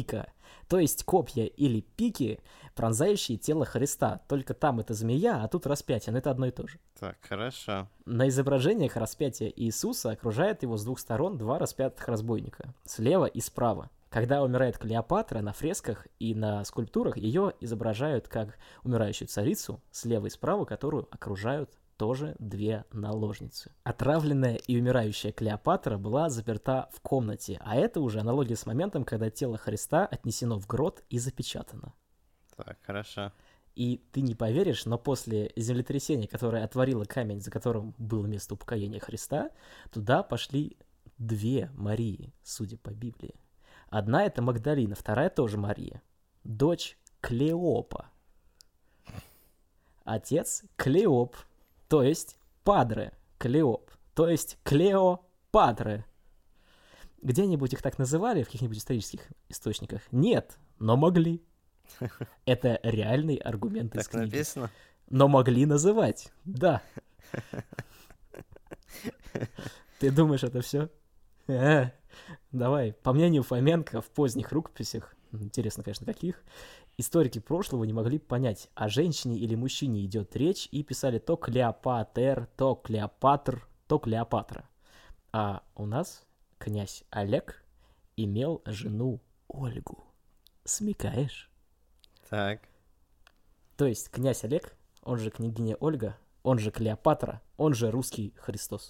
То есть копья или пики, пронзающие тело Христа. Только там это змея, а тут распятие, но это одно и то же. Так, хорошо. На изображениях распятия Иисуса окружает его с двух сторон два распятых разбойника, слева и справа. Когда умирает Клеопатра, на фресках и на скульптурах ее изображают как умирающую царицу, слева и справа, которую окружают тоже две наложницы. Отравленная и умирающая Клеопатра была заперта в комнате, а это уже аналогия с моментом, когда тело Христа отнесено в грот и запечатано. Так, хорошо. И ты не поверишь, но после землетрясения, которое отворило камень, за которым было место упокоения Христа, туда пошли две Марии, судя по Библии. Одна — это Магдалина, вторая тоже Мария, дочь Клеопа. Отец Клеоп, то есть Падре Клеоп, то есть Клеопатре. Где-нибудь их так называли в каких-нибудь исторических источниках? Нет, но могли. Это реальный аргумент из Так книги. написано? Но могли называть, да. Ты думаешь, это все? Э, давай, по мнению Фоменко, в поздних рукописях, интересно, конечно, каких, историки прошлого не могли понять, о женщине или мужчине идет речь, и писали то Клеопатер, то Клеопатр, то Клеопатра. А у нас князь Олег имел жену Ольгу. Смекаешь? Так. То есть князь Олег, он же княгиня Ольга, он же Клеопатра, он же русский Христос.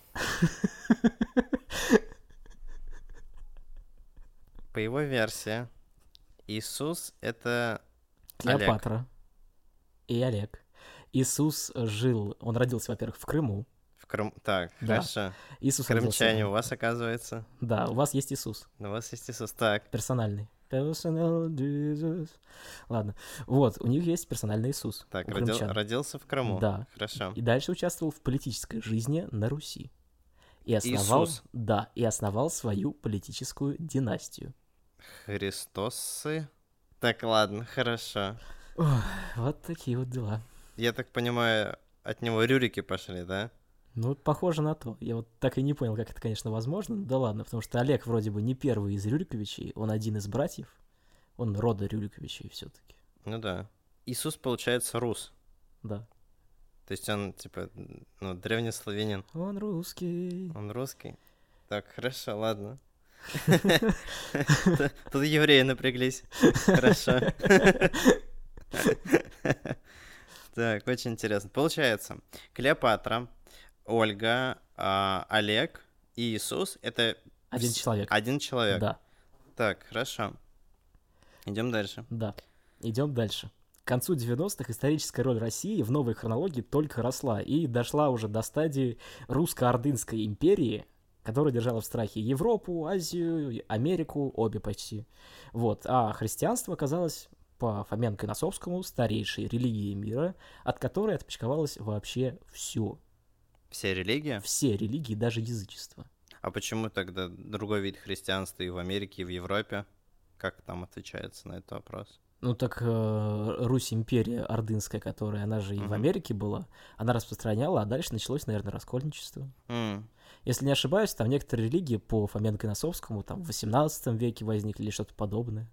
По его версии, Иисус — это Клеопатра Олег. и Олег. Иисус жил, он родился, во-первых, в Крыму. В Крым... Так, Да. хорошо. Иисус Крымчане родился... у вас, оказывается. Да, у вас есть Иисус, У вас есть Иисус. Так. персональный. Personal Jesus. Ладно. Вот, у них есть персональный Иисус. Так, у родил- крымчан. родился в Крыму. Да. Хорошо. И дальше участвовал в политической жизни на Руси. И основал, Иисус. да, и основал свою политическую династию. Христосы. Так, ладно, хорошо. Ох, вот такие вот дела. Я так понимаю, от него рюрики пошли, да? Ну, похоже на то. Я вот так и не понял, как это, конечно, возможно. Ну да ладно, потому что Олег вроде бы не первый из Рюриковичей, он один из братьев. Он рода Рюриковичей все-таки. Ну да. Иисус, получается, рус. Да. То есть он, типа, ну, древний славянин. Он русский. Он русский. Так, хорошо, ладно. Тут евреи напряглись. Хорошо. Так, очень интересно. Получается, Клеопатра, Ольга, а, Олег и Иисус — это Один вс- человек. один человек. Да, Так, хорошо. Идем дальше. да. Идем дальше. К концу девяностых историческая роль России в новой хронологии только росла и дошла уже до стадии русско-ордынской империи, которая держала в страхе Европу, Азию, Америку, обе почти. Вот. А христианство оказалось, по Фоменко и Носовскому, старейшей религией мира, от которой отпочковалось вообще все. Все религии? Все религии, даже язычество. А почему тогда другой вид христианства и в Америке, и в Европе? Как там отвечается на этот вопрос? Ну так э, Русь империя ордынская, которая, она же и в Мгм. Америке была, она распространяла, а дальше началось, наверное, раскольничество. М, Если не ошибаюсь, там некоторые религии по Фоменко и Носовскому там в восемнадцатом веке возникли или что-то подобное.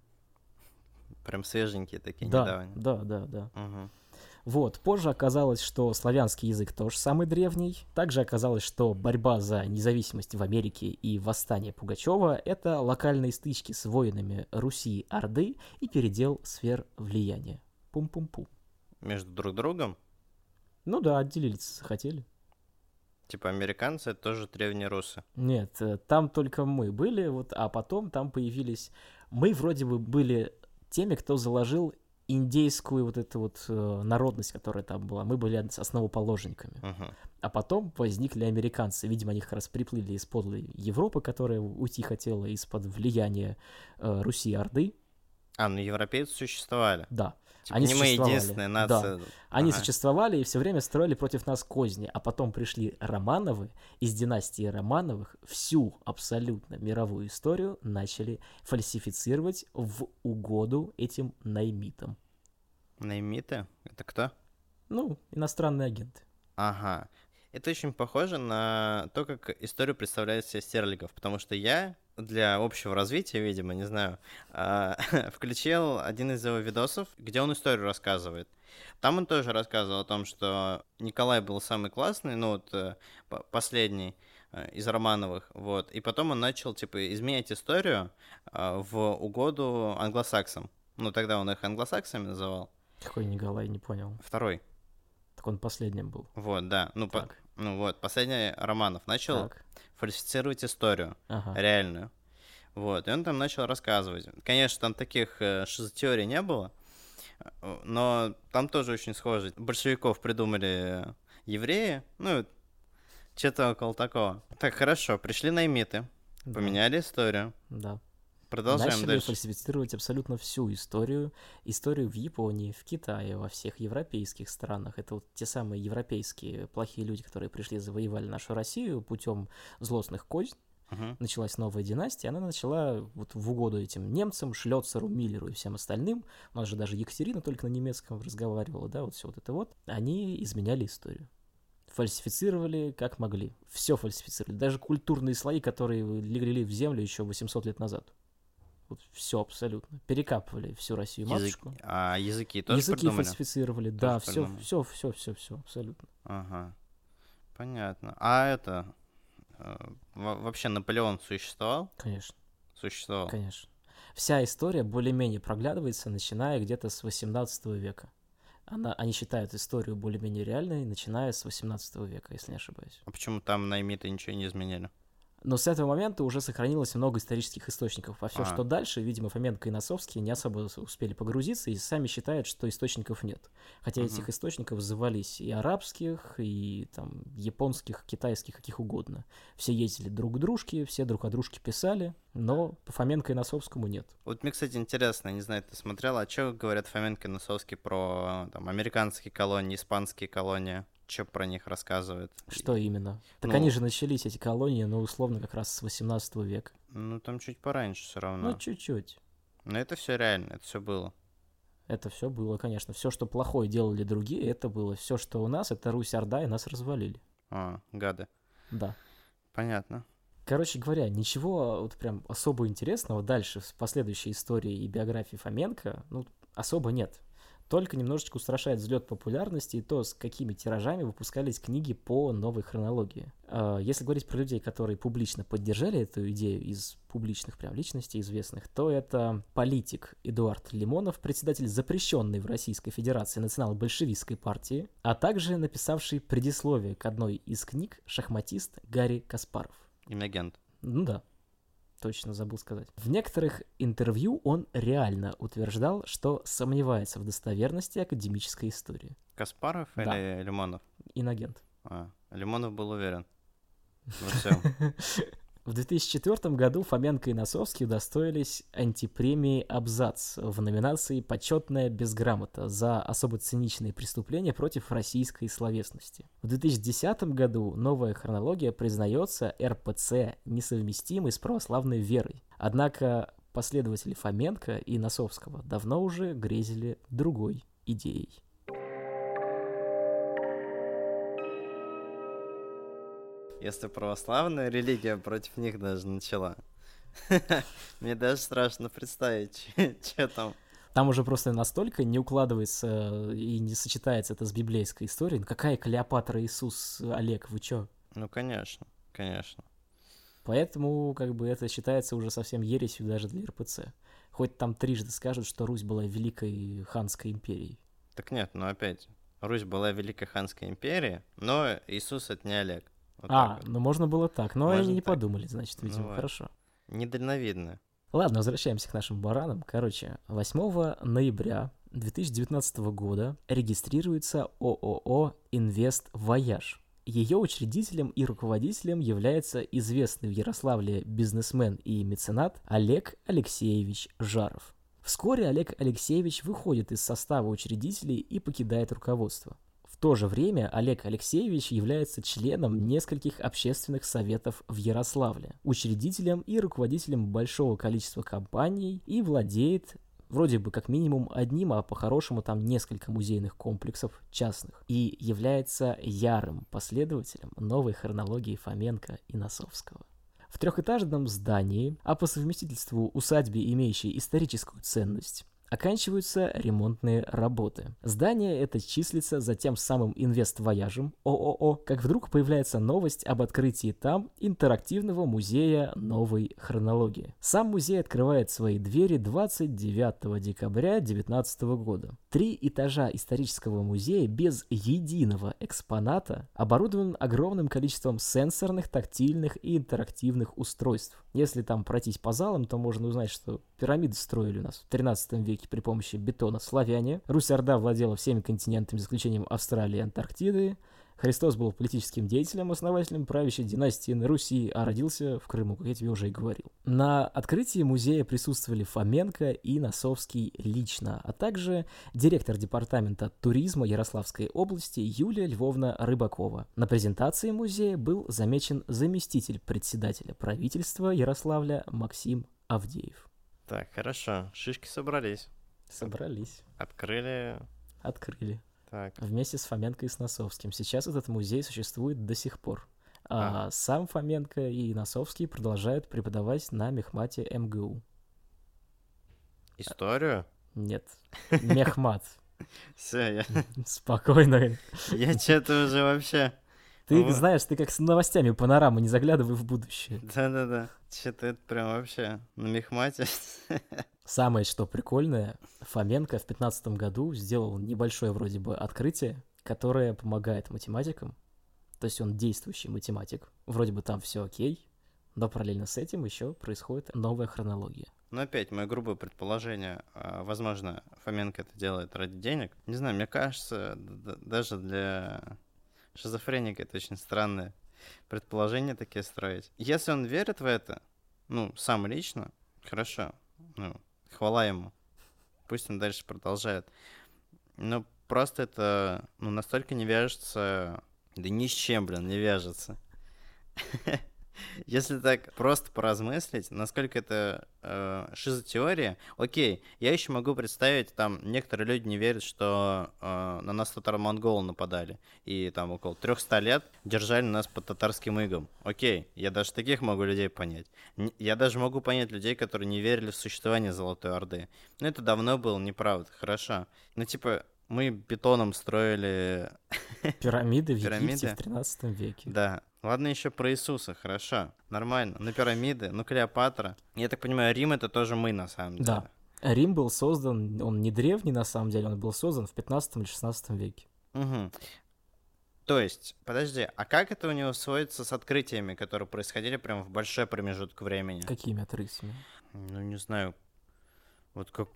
Прям свеженькие такие, Да, недавние. да, да, да. Мгм. Вот, позже оказалось, что славянский язык тоже самый древний. Также оказалось, что борьба за независимость в Америке и восстание Пугачева — это локальные стычки с воинами Руси, Орды и передел сфер влияния. Пум-пум-пум. Между друг другом? Ну да, отделились захотели. Типа американцы — это тоже древние русы. Нет, э, там только мы были, вот, а потом там появились... Мы вроде бы были теми, кто заложил индейскую вот эту вот э, народность, которая там была. Мы были основоположниками. Мгм. А потом возникли американцы. Видимо, они как раз приплыли из подлой Европы, которая уйти хотела из-под влияния э, Руси и Орды. А, ну европейцы существовали. Да. Типа Они не мы существовали, единственная нация. Они Ага. существовали и все время строили против нас козни. А потом пришли Романовы, из династии Романовых всю абсолютно мировую историю начали фальсифицировать в угоду этим наймитам. Наймиты? Это кто? Ну, иностранные агенты. Ага. Это очень похоже на то, как историю представляет себе Стерлигов, потому что я для общего развития, видимо, не знаю, а, включил один из его видосов, где он историю рассказывает. Там он тоже рассказывал о том, что Николай был самый классный, ну вот э, п- последний э, из Романовых, вот. И потом он начал, типа, изменять историю э, в угоду англосаксам. Ну, тогда он их англосаксами называл. Какой Николай, не понял. Второй. Так он последним был. Вот, да. Ну, по- Так, ну вот, последний Романов начал так. фальсифицировать историю Ага. реальную. Вот, и он там начал рассказывать. Конечно, там таких э, шизотеорий не было, э, но там тоже очень схоже. Большевиков придумали евреи, ну, что-то около такого. Так, хорошо, пришли наймиты, Да, поменяли историю. да. Продолжаем Начали дальше. фальсифицировать абсолютно всю историю. Историю в Японии, в Китае, во всех европейских странах. Это вот те самые европейские плохие люди, которые пришли, завоевали нашу Россию путем злостных кознь. Мгм. Началась новая династия, она начала вот в угоду этим немцам, Шлёцеру, Миллеру и всем остальным. У нас же даже Екатерина только на немецком разговаривала, да, вот все вот это вот. Они изменяли историю. Фальсифицировали как могли. Все фальсифицировали. Даже культурные слои, которые легли в землю еще восемьсот лет назад. Вот все абсолютно. Перекапывали всю Россию матушку. Языки. А языки тоже Языки придумали? фальсифицировали, да, все, придумали. все, все, все, все, абсолютно. Ага, понятно. А это, э, во- вообще Наполеон существовал? Конечно. Существовал. Конечно. Вся история более-менее проглядывается, начиная где-то с восемнадцатого века. Она, они считают историю более-менее реальной, начиная с восемнадцатого века, если не ошибаюсь. А почему там наймиты ничего не изменили? Но с этого момента уже сохранилось много исторических источников. А все, А. что дальше, видимо, Фоменко и Носовский не особо успели погрузиться и сами считают, что источников нет. Хотя Мгм. этих источников завались и арабских, и там японских, китайских, каких угодно. Все ездили друг к дружке, все друг о дружке писали, но по Фоменко и Носовскому нет. Вот мне, кстати, интересно, не знаю, ты смотрела, а что говорят Фоменко и Носовский про там, американские колонии, испанские колонии? Что про них рассказывают? Что именно? Так Ну- они же начались, эти колонии, ну, условно, как раз с восемнадцатого века. Ну, там чуть пораньше все равно. Ну, чуть-чуть. Но это все реально, это все было. Это все было, конечно. Все, что плохое делали другие, это было. Все, что у нас, это Русь-Орда, и нас развалили. А, гады. Да. Понятно. Короче говоря, ничего вот прям особо интересного дальше в последующей истории и биографии Фоменко, ну, особо нет. Только немножечко устрашает взлет популярности и то, с какими тиражами выпускались книги по новой хронологии. А, Если говорить про людей, которые публично поддержали эту идею из публичных прям личностей известных, то это политик Эдуард Лимонов, председатель запрещенной в Российской Федерации национал-большевистской партии, а также написавший предисловие к одной из книг шахматист Гарри Каспаров. Инагент. Ну да, точно забыл сказать. В некоторых интервью он реально утверждал, что сомневается в достоверности академической истории. Каспаров Да. или Лимонов? Инагент. А, Лимонов был уверен. Во всем. В две тысячи четвёртом году Фоменко и Носовский удостоились антипремии «Абзац» в номинации «Почетная безграмота» за особо циничные преступления против российской словесности. В две тысячи десятом году новая хронология признается эр пэ цэ несовместимой с православной верой. Однако последователи Фоменко и Носовского давно уже грезили другой идеей. Если православная религия против них даже начала. Мне даже страшно представить, что там. Там уже просто настолько не укладывается и не сочетается это с библейской историей. Ну какая Клеопатра, Иисус, Олег, вы чё? Ну, конечно, конечно. Поэтому, как бы, это считается уже совсем ересью даже для эр пэ цэ. Хоть там трижды скажут, что Русь была великой ханской империей. Так нет, ну опять, Русь была Великой Ханской империей, но Иисус это не Олег. Вот а, так вот. ну можно было так, но Можно они не так. подумали, значит, видимо, Ну вот. хорошо. Недальновидно. Ладно, возвращаемся к нашим баранам. Короче, восьмого ноября две тысячи девятнадцатого года регистрируется о о о «Инвест Вояж». Ее учредителем и руководителем является известный в Ярославле бизнесмен и меценат Олег Алексеевич Жаров. Вскоре Олег Алексеевич выходит из состава учредителей и покидает руководство. В то же время Олег Алексеевич является членом нескольких общественных советов в Ярославле, учредителем и руководителем большого количества компаний и владеет вроде бы как минимум одним, а по-хорошему там несколько музейных комплексов частных, и является ярым последователем новой хронологии Фоменко и Носовского. В трехэтажном здании, а по совместительству усадьбе, имеющей историческую ценность, оканчиваются ремонтные работы. Здание это числится за тем самым инвест-вояжем ООО, как вдруг появляется новость об открытии там интерактивного музея новой хронологии. Сам музей открывает свои двери двадцать девятого декабря две тысячи девятнадцатого года. Три этажа исторического музея без единого экспоната оборудован огромным количеством сенсорных, тактильных и интерактивных устройств. Если там пройтись по залам, то можно узнать, что пирамиды строили у нас в тринадцатом веке при помощи бетона славяне. Русь-Орда владела всеми континентами, за исключением Австралии и Антарктиды. Христос был политическим деятелем, основателем правящей династии на Руси, а родился в Крыму, как я тебе уже и говорил. На открытии музея присутствовали Фоменко и Носовский лично, а также директор департамента туризма Ярославской области Юлия Львовна Рыбакова. На презентации музея был замечен заместитель председателя правительства Ярославля Максим Авдеев. Так, хорошо. Шишки собрались. Собрались. Открыли. Открыли. Так. Вместе с Фоменко и с Носовским. Сейчас этот музей существует до сих пор. А, а. сам Фоменко и Носовский продолжают преподавать на мехмате эм гэ у. Историю? Нет. Мехмат. Все, я... Спокойно. Я что-то уже вообще... Ты знаешь, ты как с новостями панорамы, не заглядывай в будущее. Да-да-да. Что-то это прям вообще на мехмате. Самое, что прикольное, Фоменко в пятнадцатом году сделал небольшое вроде бы открытие, которое помогает математикам. То есть он действующий математик. Вроде бы там все окей, но параллельно с этим еще происходит новая хронология. Ну, опять, мое грубое предположение, возможно, Фоменко это делает ради денег. Не знаю, мне кажется, даже для шизофреника это очень странное предположение такие строить. Если он верит в это, ну, сам лично, хорошо, ну, хвала ему. Пусть он дальше продолжает. Но просто это, ну, настолько не вяжется... Да ни с чем, блин, не вяжется. Если так просто поразмыслить, насколько это э, шизотеория, окей, я еще могу представить, там, некоторые люди не верят, что э, на нас татаро-монголы нападали, и там около трехсот лет держали нас под татарским игом. Окей, я даже таких могу людей понять. Я даже могу понять людей, которые не верили в существование Золотой Орды. Но это давно было, неправда, хорошо. Ну, типа... Мы бетоном строили... Пирамиды в Египте в тринадцатом веке. Да. Ладно еще про Иисуса, хорошо. Нормально. Ну, пирамиды, ну, Клеопатра. Я так понимаю, Рим — это тоже мы, на самом деле. Да. Рим был создан, он не древний, на самом деле, он был создан в пятнадцатом или шестнадцатом веке. Угу. То есть, подожди, а как это у него сводится с открытиями, которые происходили прямо в большой промежуток времени? Какими открытиями? Ну, не знаю. Вот как...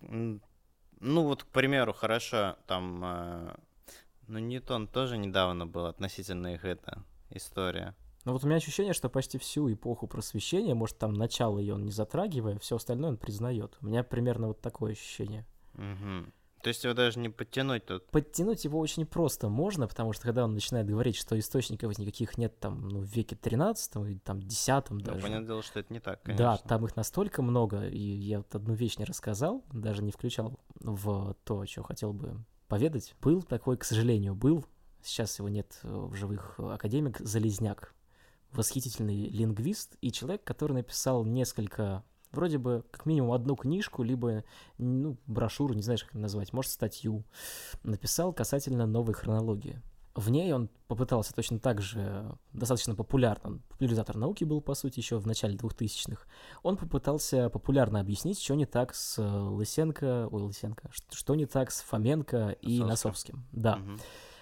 Ну, вот, к примеру, хорошо, там, э, ну, Ньютон тоже недавно был, относительно их эта история. Ну, вот у меня ощущение, что почти всю эпоху просвещения, может, там, начало ее он не затрагивая, все остальное он признает. У меня примерно вот такое ощущение. Угу. То есть его даже не подтянуть тут? Подтянуть его очень просто можно, потому что когда он начинает говорить, что источников никаких нет там, ну, в веке тринадцатом и там десятом даже. Да, понятное дело, что это не так, конечно. Да, там их настолько много, и я вот одну вещь не рассказал, даже не включал в то, что хотел бы поведать. Был такой, к сожалению, был, сейчас его нет в живых, академик Залезняк, восхитительный лингвист и человек, который написал несколько... Вроде бы как минимум одну книжку, либо, ну, брошюру, не знаешь, как назвать, может, статью, написал касательно новой хронологии. В ней он попытался точно так же, достаточно популярно, популяризатор науки был, по сути, еще в начале двухтысячных, он попытался популярно объяснить, что не так с Лысенко, ой, Лысенко, что не так с Фоменко и Носовским. Носовским. Да. Угу.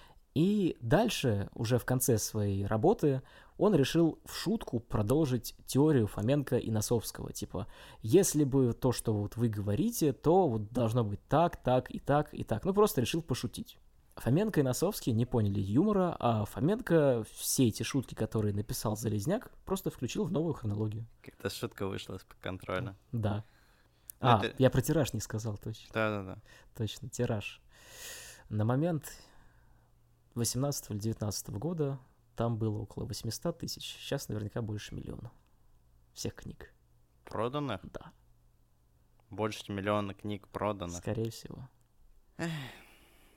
И дальше, уже в конце своей работы, он решил в шутку продолжить теорию Фоменко и Носовского. Типа, если бы то, что вот вы говорите, то вот должно быть так, так и так и так. Ну, просто решил пошутить. Фоменко и Носовский не поняли юмора, а Фоменко все эти шутки, которые написал Залезняк, просто включил в новую хронологию. Как-то шутка вышла из-под контроля. Да. Ну, а, это... я про тираж не сказал, точно. Да-да-да. Точно, тираж. На момент восемнадцатого или девятнадцатого года там было около восемьсот тысяч. Сейчас наверняка больше миллиона. Всех книг. Проданных? Да. Больше миллиона книг проданных? Скорее всего. Эх.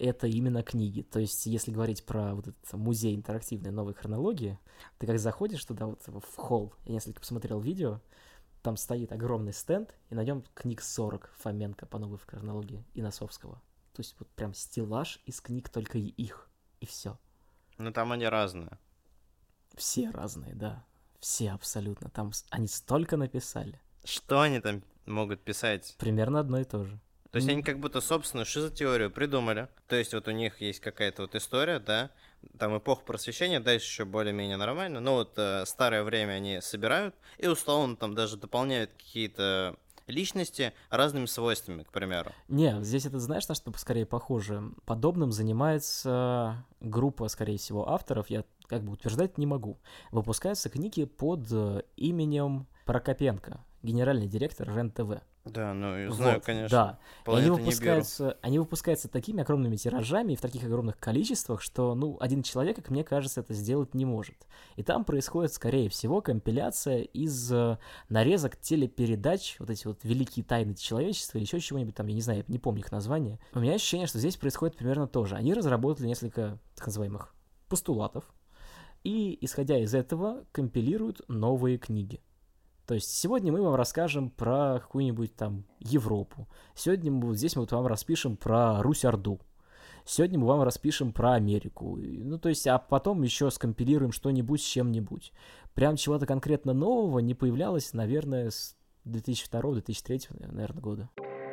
это именно книги. То есть, если говорить про вот этот музей интерактивной новой хронологии, ты как заходишь туда вот в холл, я несколько посмотрел видео, там стоит огромный стенд, и на нем книг сорок Фоменко по новой хронологии и Носовского. То есть вот прям стеллаж из книг, только и их, и все. Ну там они разные. Все разные, да. Все абсолютно. Там они столько написали. Что они там могут писать? Примерно одно и то же. То есть они как будто собственную шизотеорию придумали. То есть вот у них есть какая-то вот история, да, там эпоха просвещения, дальше еще более-менее нормально, но вот э, старое время они собирают и условно там даже дополняют какие-то личности разными свойствами, к примеру. Не, здесь это, знаешь, на что скорее похоже? Подобным занимается группа, скорее всего, авторов, я как бы утверждать не могу. Выпускаются книги под именем Прокопенко, генеральный директор РЕН-ТВ. Да, ну, знаю, вот, конечно. Да. И они Планеты выпускаются, они выпускаются такими огромными тиражами и в таких огромных количествах, что, ну, один человек, как мне кажется, это сделать не может. И там происходит, скорее всего, компиляция из э, нарезок телепередач, вот эти вот великие тайны человечества или еще чего-нибудь там, я не знаю, я не помню их название. У меня ощущение, что здесь происходит примерно то же. Они разработали несколько так называемых постулатов, и, исходя из этого, компилируют новые книги. То есть сегодня мы вам расскажем про какую-нибудь там Европу. Сегодня мы, здесь мы вот вам распишем про Русь-Орду. Сегодня мы вам распишем про Америку. Ну, то есть, а потом еще скомпилируем что-нибудь с чем-нибудь. Прям чего-то конкретно нового не появлялось, наверное, с две тысячи второго - две тысячи третьего, наверное, года.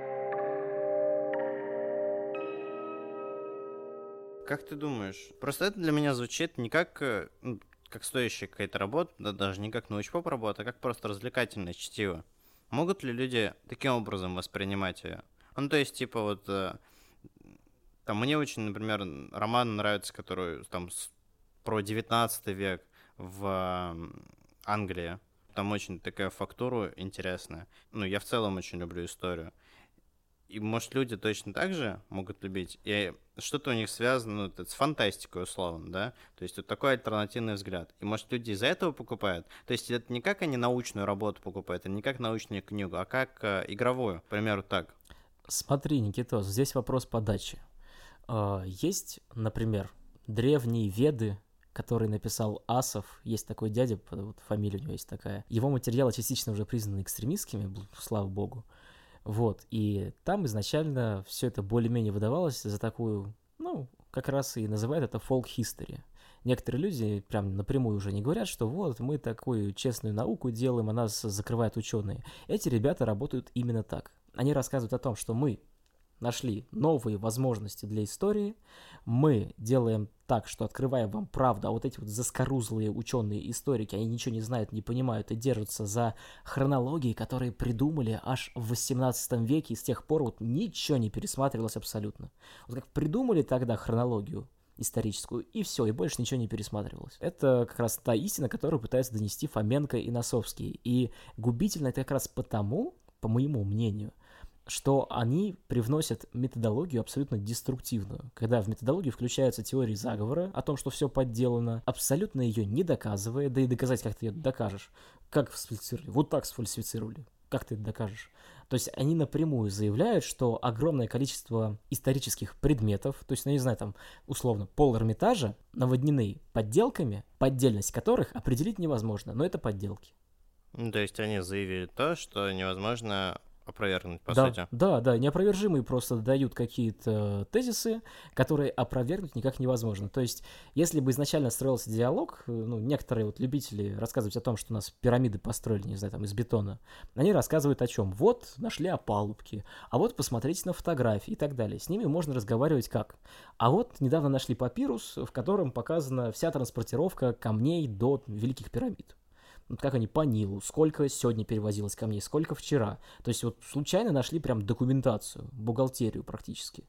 Как ты думаешь? Просто это для меня звучит не как... ну, как стоящая какая-то работа, да, даже не как научпоп работа, а как просто развлекательное чтиво. Могут ли люди таким образом воспринимать ее? Ну, то есть, типа, вот, э, там, мне очень, например, роман нравится, который, там, с, про девятнадцатый век в э, Англии. Там очень такая фактура интересная. Ну, я в целом очень люблю историю. И, может, люди точно так же могут любить. И что-то у них связано, ну, это с фантастикой, условно, да? То есть вот такой альтернативный взгляд. И, может, люди из-за этого покупают? То есть это не как они научную работу покупают, это не как научную книгу, а как э, игровую, к примеру, так. Смотри, Никитос, здесь вопрос подачи. Э, есть, например, древние Веды, который написал Асов. Есть такой дядя, вот фамилия у него есть такая. Его материалы частично уже признаны экстремистскими, слава богу. Вот, и там изначально все это более-менее выдавалось за такую, ну, как раз и называют это folk-history. Некоторые люди прям напрямую уже не говорят, что вот, мы такую честную науку делаем, а нас закрывают ученые. Эти ребята работают именно так. Они рассказывают о том, что мы нашли новые возможности для истории, мы делаем так, что открываем вам правду, а вот эти вот заскорузлые ученые-историки, они ничего не знают, не понимают и держатся за хронологии, которые придумали аж в восемнадцатом веке, и с тех пор вот ничего не пересматривалось абсолютно. Вот как придумали тогда хронологию историческую, и все, и больше ничего не пересматривалось. Это как раз та истина, которую пытаются донести Фоменко и Носовский. И губительно это как раз потому, по моему мнению, что они привносят методологию абсолютно деструктивную. Когда в методологию включаются теории заговора о том, что все подделано, абсолютно ее не доказывая, да и доказать, как ты ее докажешь. Как сфальсифицировали? Вот так сфальсифицировали. Как ты это докажешь? То есть они напрямую заявляют, что огромное количество исторических предметов, то есть, ну, не знаю, там, условно, пол Эрмитажа наводнены подделками, поддельность которых определить невозможно, но это подделки. Ну, то есть они заявили то, что невозможно опровергнуть, по да, сути. Да, да, неопровержимые просто дают какие-то тезисы, которые опровергнуть никак невозможно. То есть, если бы изначально строился диалог, ну, некоторые вот любители рассказывать о том, что у нас пирамиды построили, не знаю, там, из бетона, они рассказывают о чем? Вот, нашли опалубки, а вот посмотрите на фотографии и так далее. С ними можно разговаривать как? А вот недавно нашли папирус, в котором показана вся транспортировка камней до Великих пирамид. Вот как они по Нилу, сколько сегодня перевозилось камней, сколько вчера. То есть вот случайно нашли прям документацию, бухгалтерию практически.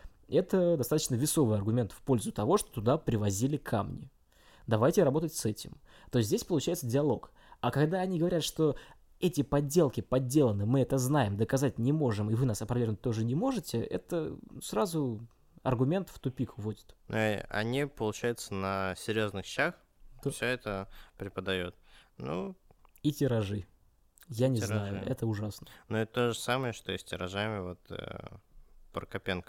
Это достаточно весовый аргумент в пользу того, что туда привозили камни. Давайте работать с этим. То есть здесь получается диалог. А когда они говорят, что эти подделки подделаны, мы это знаем, доказать не можем, и вы нас опровергнуть тоже не можете, это сразу аргумент в тупик вводит. Они, получается, на серьезных щах да. все это преподают. Ну, и тиражи. Я не тиражи. знаю, это ужасно. Но это то же самое, что и с тиражами вот э, Прокопенко.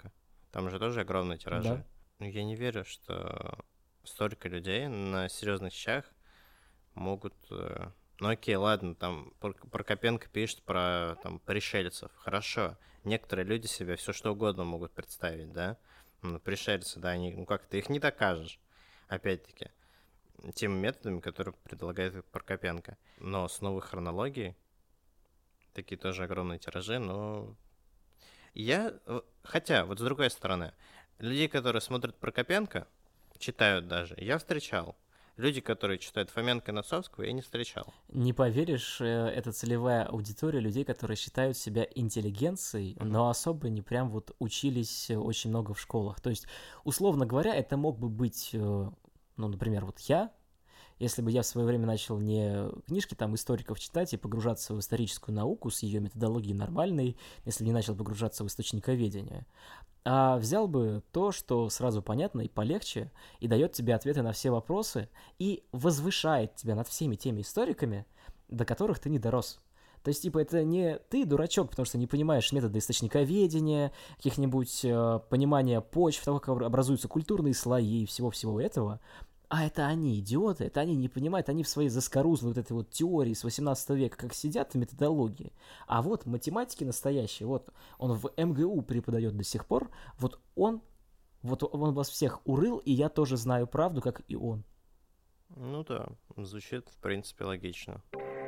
Там же тоже огромные тиражи. Да. Но я не верю, что столько людей на серьезных щах могут... э, Ну окей, ладно, там Пр- Прокопенко пишет про там пришельцев. Хорошо. Некоторые люди себе все что угодно могут представить, да? Ну, пришельцы, да, они, ну как ты их не докажешь, опять-таки, теми методами, которые предлагает Прокопенко. Но с новой хронологией такие тоже огромные тиражи, но... Я... э, Хотя, вот с другой стороны, людей, которые смотрят Прокопенко, читают даже, я встречал. Люди, которые читают Фоменко и Носовского, я не встречал. Не поверишь, э, это целевая аудитория людей, которые считают себя интеллигенцией, Мгм. но особо не прям вот учились э, очень много в школах. То есть, условно говоря, это мог бы быть, э, ну, например, вот я, если бы я в свое время начал не книжки там историков читать и погружаться в историческую науку с ее методологией нормальной, если бы не начал погружаться в источниковедение, а взял бы то, что сразу понятно и полегче, и дает тебе ответы на все вопросы, и возвышает тебя над всеми теми историками, до которых ты не дорос. То есть, типа, это не ты дурачок, потому что не понимаешь методы источниковедения, каких-нибудь э, понимания почв, того, как образуются культурные слои и всего-всего этого, а это они, идиоты, это они не понимают, они в своей заскорузлой вот этой вот теории с восемнадцатого века как сидят в методологии. А вот математики настоящие, вот он в эм гэ у преподает до сих пор, вот он, вот он вас всех урыл, и я тоже знаю правду, как и он. Ну да, звучит, в принципе, логично.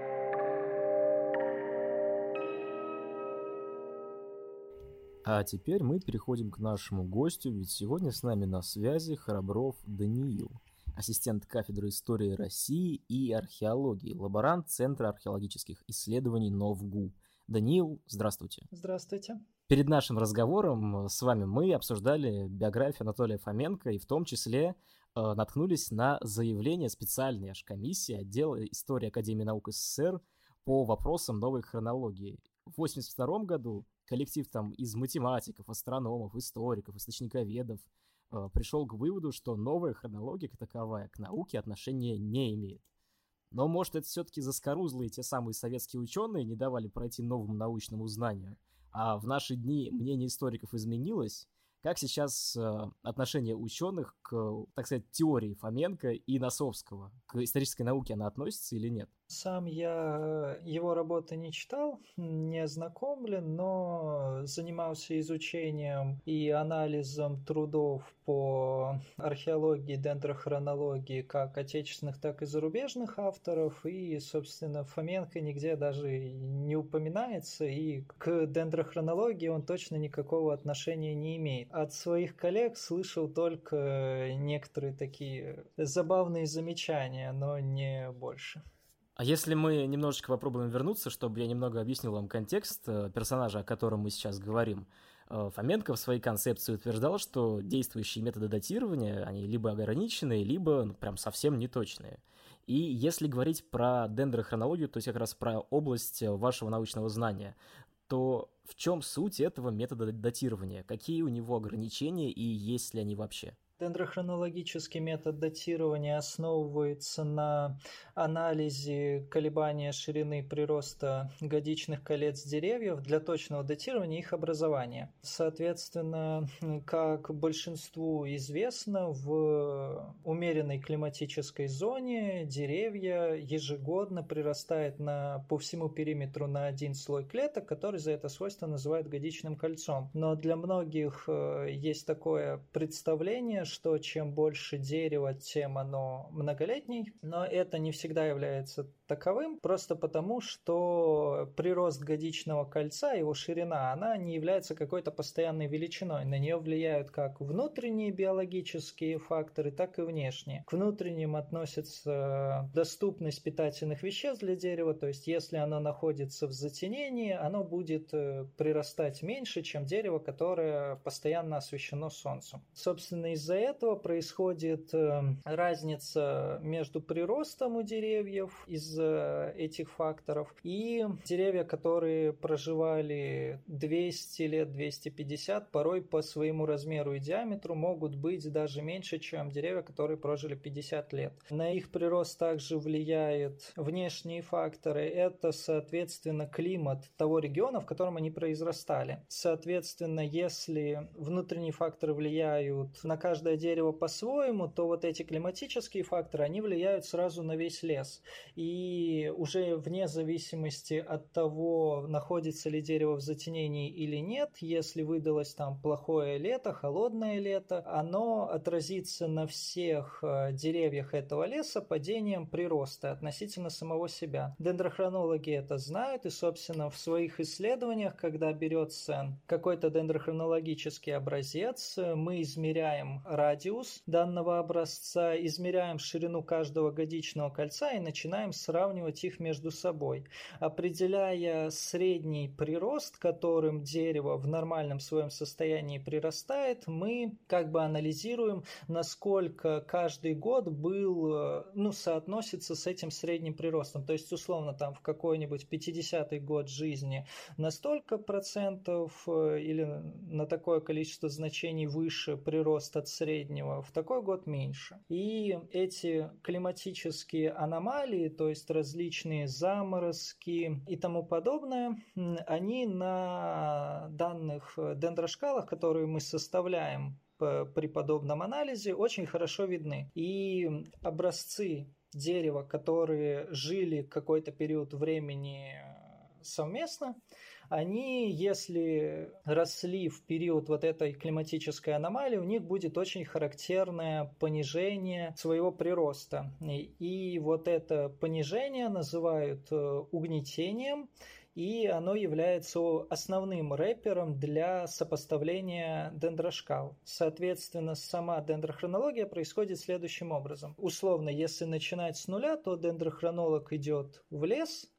А теперь мы переходим к нашему гостю, ведь сегодня с нами на связи Храбров Даниил, ассистент кафедры истории России и археологии, лаборант Центра археологических исследований НОВГУ. Даниил, здравствуйте. Здравствуйте. Перед нашим разговором с вами мы обсуждали биографию Анатолия Фоменко и в том числе э, наткнулись на заявление специальной аж комиссии отдела истории Академии наук эс эс эс эр по вопросам новой хронологии. В восемьдесят втором году коллектив там из математиков, астрономов, историков, источниковедов э, пришел к выводу, что новая хронология как таковая к науке отношения не имеет. Но, может, это все-таки заскорузлые те самые советские ученые не давали пройти новому научному знанию, а в наши дни мнение историков изменилось. Как сейчас э, отношение ученых к, так сказать, теории Фоменко и Носовского? К исторической науке она относится или нет? Сам я его работы не читал, не ознакомлен, но занимался изучением и анализом трудов по археологии, дендрохронологии как отечественных, так и зарубежных авторов, и, собственно, Фоменко нигде даже не упоминается, и к дендрохронологии он точно никакого отношения не имеет. От своих коллег слышал только некоторые такие забавные замечания, но не больше. А если мы немножечко попробуем вернуться, чтобы я немного объяснил вам контекст э, персонажа, о котором мы сейчас говорим. Э, Фоменко в своей концепции утверждал, что действующие методы датирования, они либо ограниченные, либо ну, прям совсем неточные. И если говорить про дендрохронологию, то есть как раз про область вашего научного знания, то в чем суть этого метода датирования? Какие у него ограничения и есть ли они вообще? Дендрохронологический метод датирования основывается на анализе колебания ширины прироста годичных колец деревьев для точного датирования их образования. Соответственно, как большинству известно, в умеренной климатической зоне деревья ежегодно прирастают на, по всему периметру на один слой клеток, который за это свойство называют годичным кольцом. Но для многих есть такое представление, что чем больше дерева, тем оно многолетней, но это не всегда является таковым, просто потому, что прирост годичного кольца, его ширина, она не является какой-то постоянной величиной. На нее влияют как внутренние биологические факторы, так и внешние. К внутренним относится доступность питательных веществ для дерева, то есть если оно находится в затенении, оно будет прирастать меньше, чем дерево, которое постоянно освещено солнцем. Собственно, из-за этого происходит разница между приростом у деревьев из-за этих факторов. И деревья, которые проживали двести лет, двести пятьдесят, порой по своему размеру и диаметру могут быть даже меньше, чем деревья, которые прожили пятьдесят лет. На их прирост также влияют внешние факторы. Это, соответственно, климат того региона, в котором они произрастали. Соответственно, если внутренние факторы влияют на каждое дерево по-своему, то вот эти климатические факторы, они влияют сразу на весь лес. И уже вне зависимости от того, находится ли дерево в затенении или нет, если выдалось там плохое лето, холодное лето, оно отразится на всех деревьях этого леса падением прироста относительно самого себя. Дендрохронологи это знают, и, собственно, в своих исследованиях, когда берется какой-то дендрохронологический образец, мы измеряем радиус данного образца, измеряем ширину каждого годичного кольца и начинаем сравнивать их между собой, определяя средний прирост, которым дерево в нормальном своем состоянии прирастает. Мы как бы анализируем, насколько каждый год был, ну, соотносится с этим средним приростом. То есть, условно, там в какой-нибудь пятидесятый год жизни на столько процентов или на такое количество значений выше прирост от среднего, в такой год меньше. И эти климатические аномалии, то есть различные заморозки и тому подобное, они на данных дендрошкалах, которые мы составляем при подобном анализе, очень хорошо видны. И образцы дерева, которые жили какой-то период времени совместно, они, если росли в период вот этой климатической аномалии, у них будет очень характерное понижение своего прироста. И вот это понижение называют угнетением, и оно является основным рэпером для сопоставления дендрошкал. Соответственно, сама дендрохронология происходит следующим образом. Условно, если начинать с нуля, то дендрохронолог идет в лес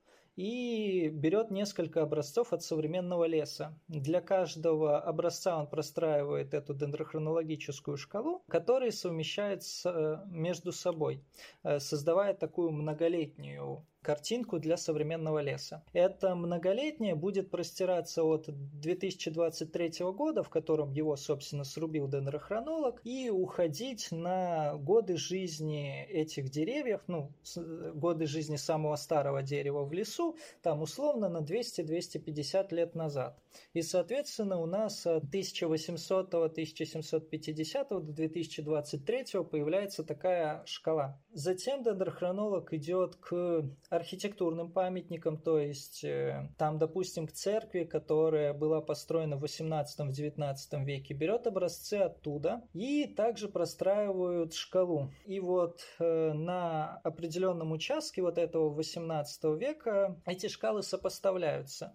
и берет несколько образцов от современного леса. Для каждого образца он простраивает эту дендрохронологическую шкалу, которая совмещается между собой, создавая такую многолетнюю картинку для современного леса. Это многолетнее будет простираться от две тысячи двадцать третьего года, в котором его, собственно, срубил дендрохронолог, и уходить на годы жизни этих деревьев, ну, годы жизни самого старого дерева в лесу, там условно на двести - двести пятьдесят лет назад. И, соответственно, у нас от тысяча восьмисотого - тысяча семьсот пятидесятого до две тысячи двадцать третьего появляется такая шкала. Затем дендрохронолог идет к архитектурным памятникам, то есть там, допустим, к церкви, которая была построена в восемнадцатом - девятнадцатом веке, берет образцы оттуда и также простраивают шкалу. И вот э, на определенном участке вот этого восемнадцатого века эти шкалы сопоставляются.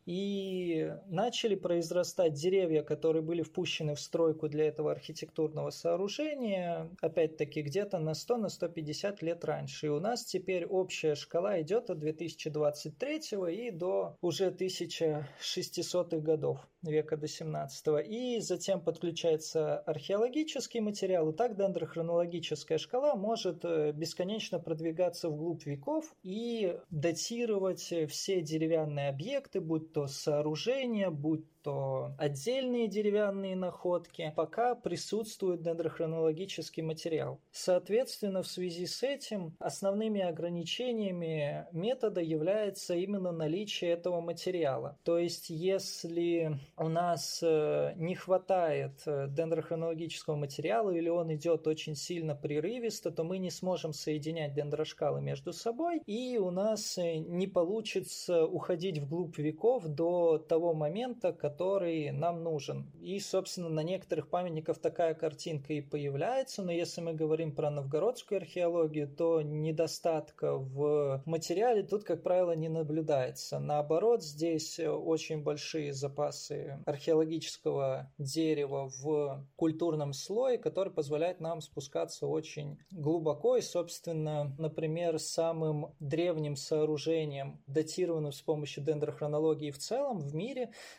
И начали произрастать деревья, которые были впущены в стройку для этого архитектурного сооружения, опять-таки где-то на сто - сто пятьдесят лет раньше. И у нас теперь общая шкала идет от две тысячи двадцать третьего и до уже тысяча шестисотых годов века до семнадцатого. И затем подключается археологический материал, и так дендрохронологическая шкала может бесконечно продвигаться вглубь веков и датировать все деревянные объекты, будь то сооружения, будь то отдельные деревянные находки, пока присутствует дендрохронологический материал. Соответственно, в связи с этим основными ограничениями метода является именно наличие этого материала. То есть, если у нас не хватает дендрохронологического материала или он идет очень сильно прерывисто, то мы не сможем соединять дендрошкалы между собой, и у нас не получится уходить вглубь веков до того момента, который который нам нужен. И, собственно, на некоторых памятниках такая картинка и появляется, но если мы говорим про новгородскую археологию, то недостатка в материале тут, как правило, не наблюдается. Наоборот, здесь очень большие запасы археологического дерева в культурном слое, который позволяет нам спускаться очень глубоко. И, собственно, например, самым древним сооружением, датированным с помощью дендрохронологии в целом в мире, является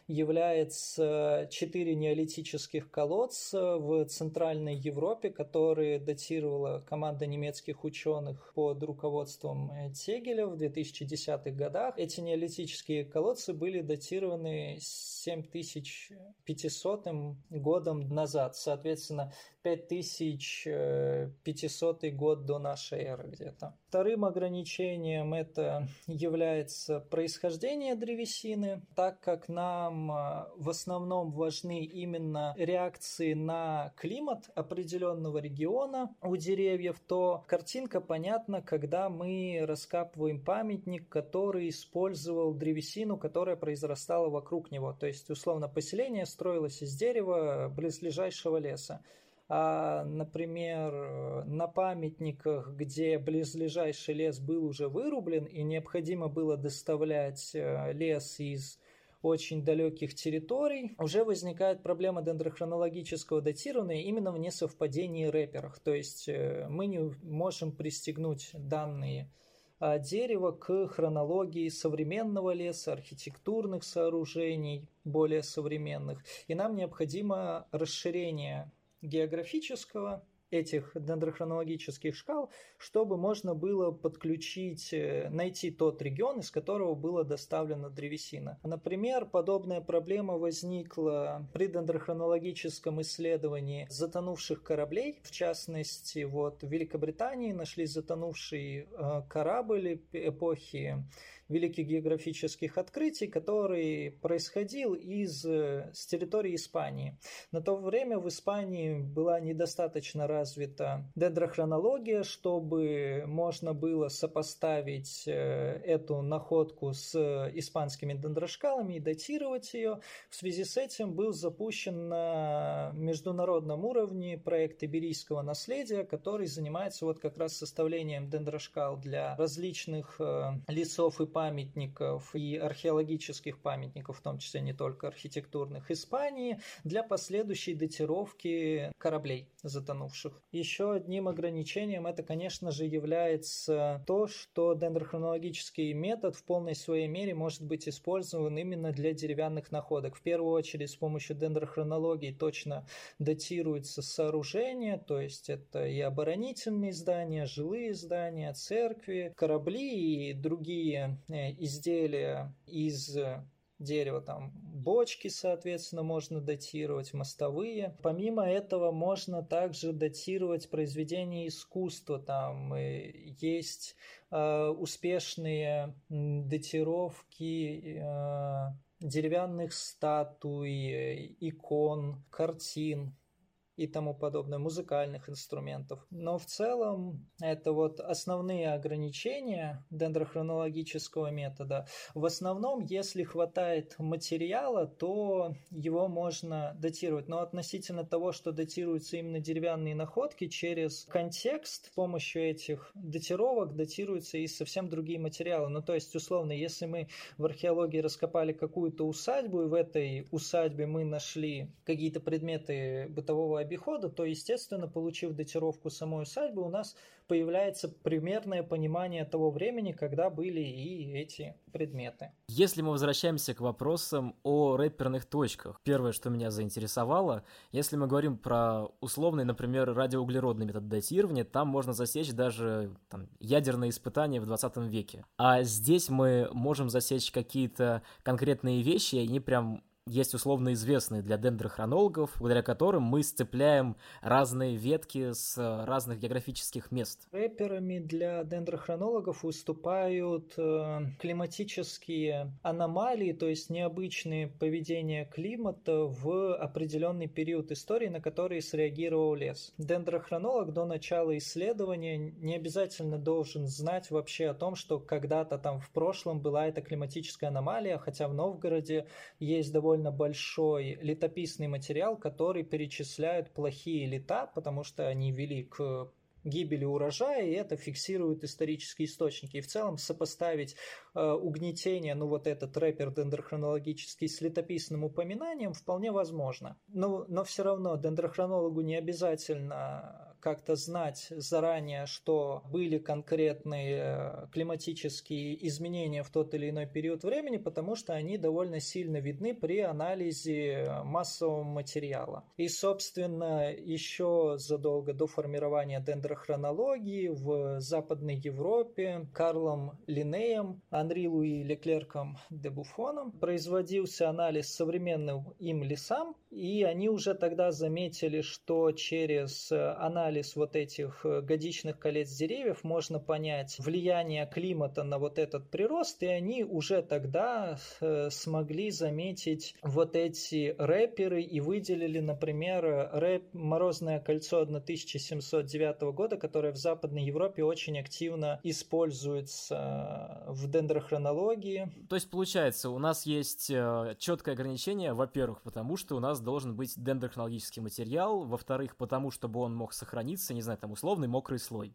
выявляется четыре неолитических колодца в Центральной Европе, которые датировала команда немецких ученых под руководством Тегеля в две тысячи десятых годах. Эти неолитические колодцы были датированы семь тысяч пятисотым годом назад, соответственно, пять тысяч пятисотый год до нашей эры где-то. Вторым ограничением это является происхождение древесины, так как нам в основном важны именно реакции на климат определенного региона у деревьев, то картинка понятна, когда мы раскапываем памятник, который использовал древесину, которая произрастала вокруг него. То есть, условно, поселение строилось из дерева близлежащего леса. А, например, на памятниках, где близлежащий лес был уже вырублен и необходимо было доставлять лес из очень далеких территорий, уже возникает проблема дендрохронологического датирования именно в несовпадении рэперах. То есть мы не можем пристегнуть данные дерева к хронологии современного леса, архитектурных сооружений, более современных. И нам необходимо расширение географического этих дендрохронологических шкал, чтобы можно было подключить, найти тот регион, из которого была доставлена древесина. Например, подобная проблема возникла при дендрохронологическом исследовании затонувших кораблей. В частности, вот в Великобритании нашли затонувший корабль эпохи великих географических открытий, который происходил из, с территории Испании. На то время в Испании была недостаточно развита дендрохронология, чтобы можно было сопоставить эту находку с испанскими дендрошкалами и датировать ее. В связи с этим был запущен на международном уровне проект Иберийского наследия, который занимается вот как раз составлением дендрошкал для различных лесов и памятников и археологических памятников, в том числе не только архитектурных, Испании, для последующей датировки кораблей затонувших. Еще одним ограничением это, конечно же, является то, что дендрохронологический метод в полной своей мере может быть использован именно для деревянных находок. В первую очередь с помощью дендрохронологии точно датируются сооружения, то есть это и оборонительные здания, жилые здания, церкви, корабли и другие изделия из дерева, там бочки, соответственно, можно датировать, мостовые. Помимо этого можно также датировать произведения искусства. Там есть э, успешные датировки э, деревянных статуй, икон, картин и тому подобное, музыкальных инструментов. Но в целом это вот основные ограничения дендрохронологического метода. В основном, если хватает материала, то его можно датировать. Но относительно того, что датируются именно деревянные находки, через контекст с помощью этих датировок датируются и совсем другие материалы. Ну, то есть, условно, если мы в археологии раскопали какую-то усадьбу, и в этой усадьбе мы нашли какие-то предметы бытового обихода, то, естественно, получив датировку самой усадьбы, у нас появляется примерное понимание того времени, когда были и эти предметы. Если мы возвращаемся к вопросам о рэперных точках, первое, что меня заинтересовало, если мы говорим про условный, например, радиоуглеродный метод датирования, там можно засечь даже там, ядерные испытания в двадцатом веке. А здесь мы можем засечь какие-то конкретные вещи, и они прям есть условно известные для дендрохронологов, благодаря которым мы сцепляем разные ветки с разных географических мест. Рэперами для дендрохронологов выступают э, климатические аномалии, то есть необычные поведения климата в определенный период истории, на который среагировал лес. Дендрохронолог до начала исследования не обязательно должен знать вообще о том, что когда-то там в прошлом была эта климатическая аномалия, хотя в Новгороде есть довольно большой летописный материал, который перечисляет плохие лета, потому что они вели к гибели урожая, и это фиксируют исторические источники. И в целом сопоставить э, угнетение, ну вот этот рэпер дендрохронологический с летописным упоминанием вполне возможно. Но, но все равно дендрохронологу не обязательно как-то знать заранее, что были конкретные климатические изменения в тот или иной период времени, потому что они довольно сильно видны при анализе массового материала. И, собственно, еще задолго до формирования дендрохронологии в Западной Европе Карлом Линнеем, Анри Луи Леклерком де Буфоном производился анализ современным им лесам, и они уже тогда заметили, что через анализ вот этих годичных колец деревьев можно понять влияние климата на вот этот прирост, и они уже тогда смогли заметить вот эти рэперы и выделили, например, рэп «Морозное кольцо» тысяча семьсот девятого года, которое в Западной Европе очень активно используется в дендрохронологии. То есть, получается, у нас есть четкое ограничение, во-первых, потому что у нас должен быть дендрохронологический материал, во-вторых, потому чтобы он мог сохраниться, не знаю, там условный мокрый слой.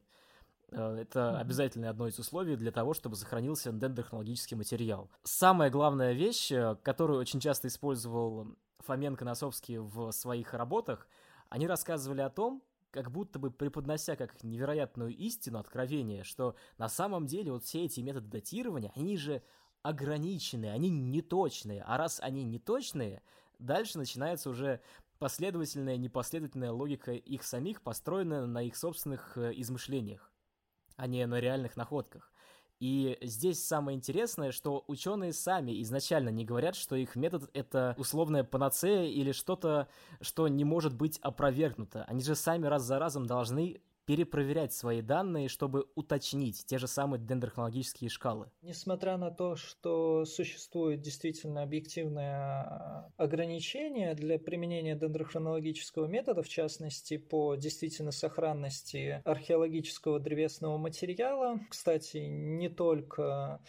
Это mm-hmm. обязательно одно из условий для того, чтобы сохранился дендрохронологический материал. Самая главная вещь, которую очень часто использовал Фоменко, Носовский в своих работах, они рассказывали о том, как будто бы преподнося как невероятную истину, откровение, что на самом деле вот все эти методы датирования, они же ограниченные, они неточные, а раз они неточные, дальше начинается уже последовательная, непоследовательная логика их самих, построенная на их собственных измышлениях, а не на реальных находках. И здесь самое интересное, что ученые сами изначально не говорят, что их метод — это условная панацея или что-то, что не может быть опровергнуто. Они же сами раз за разом должны перепроверять свои данные, чтобы уточнить те же самые дендрохронологические шкалы. Несмотря на то, что существует действительно объективное ограничение для применения дендрохронологического метода, в частности, по действительно сохранности археологического древесного материала, кстати, не только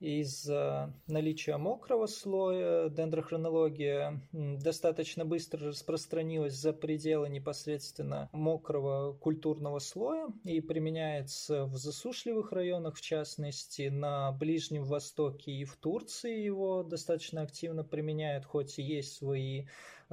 из-за наличия мокрого слоя дендрохронология достаточно быстро распространилась за пределы непосредственно мокрого культурного слоя и применяется в засушливых районах, в частности, на Ближнем Востоке и в Турции его достаточно активно применяют, хоть и есть свои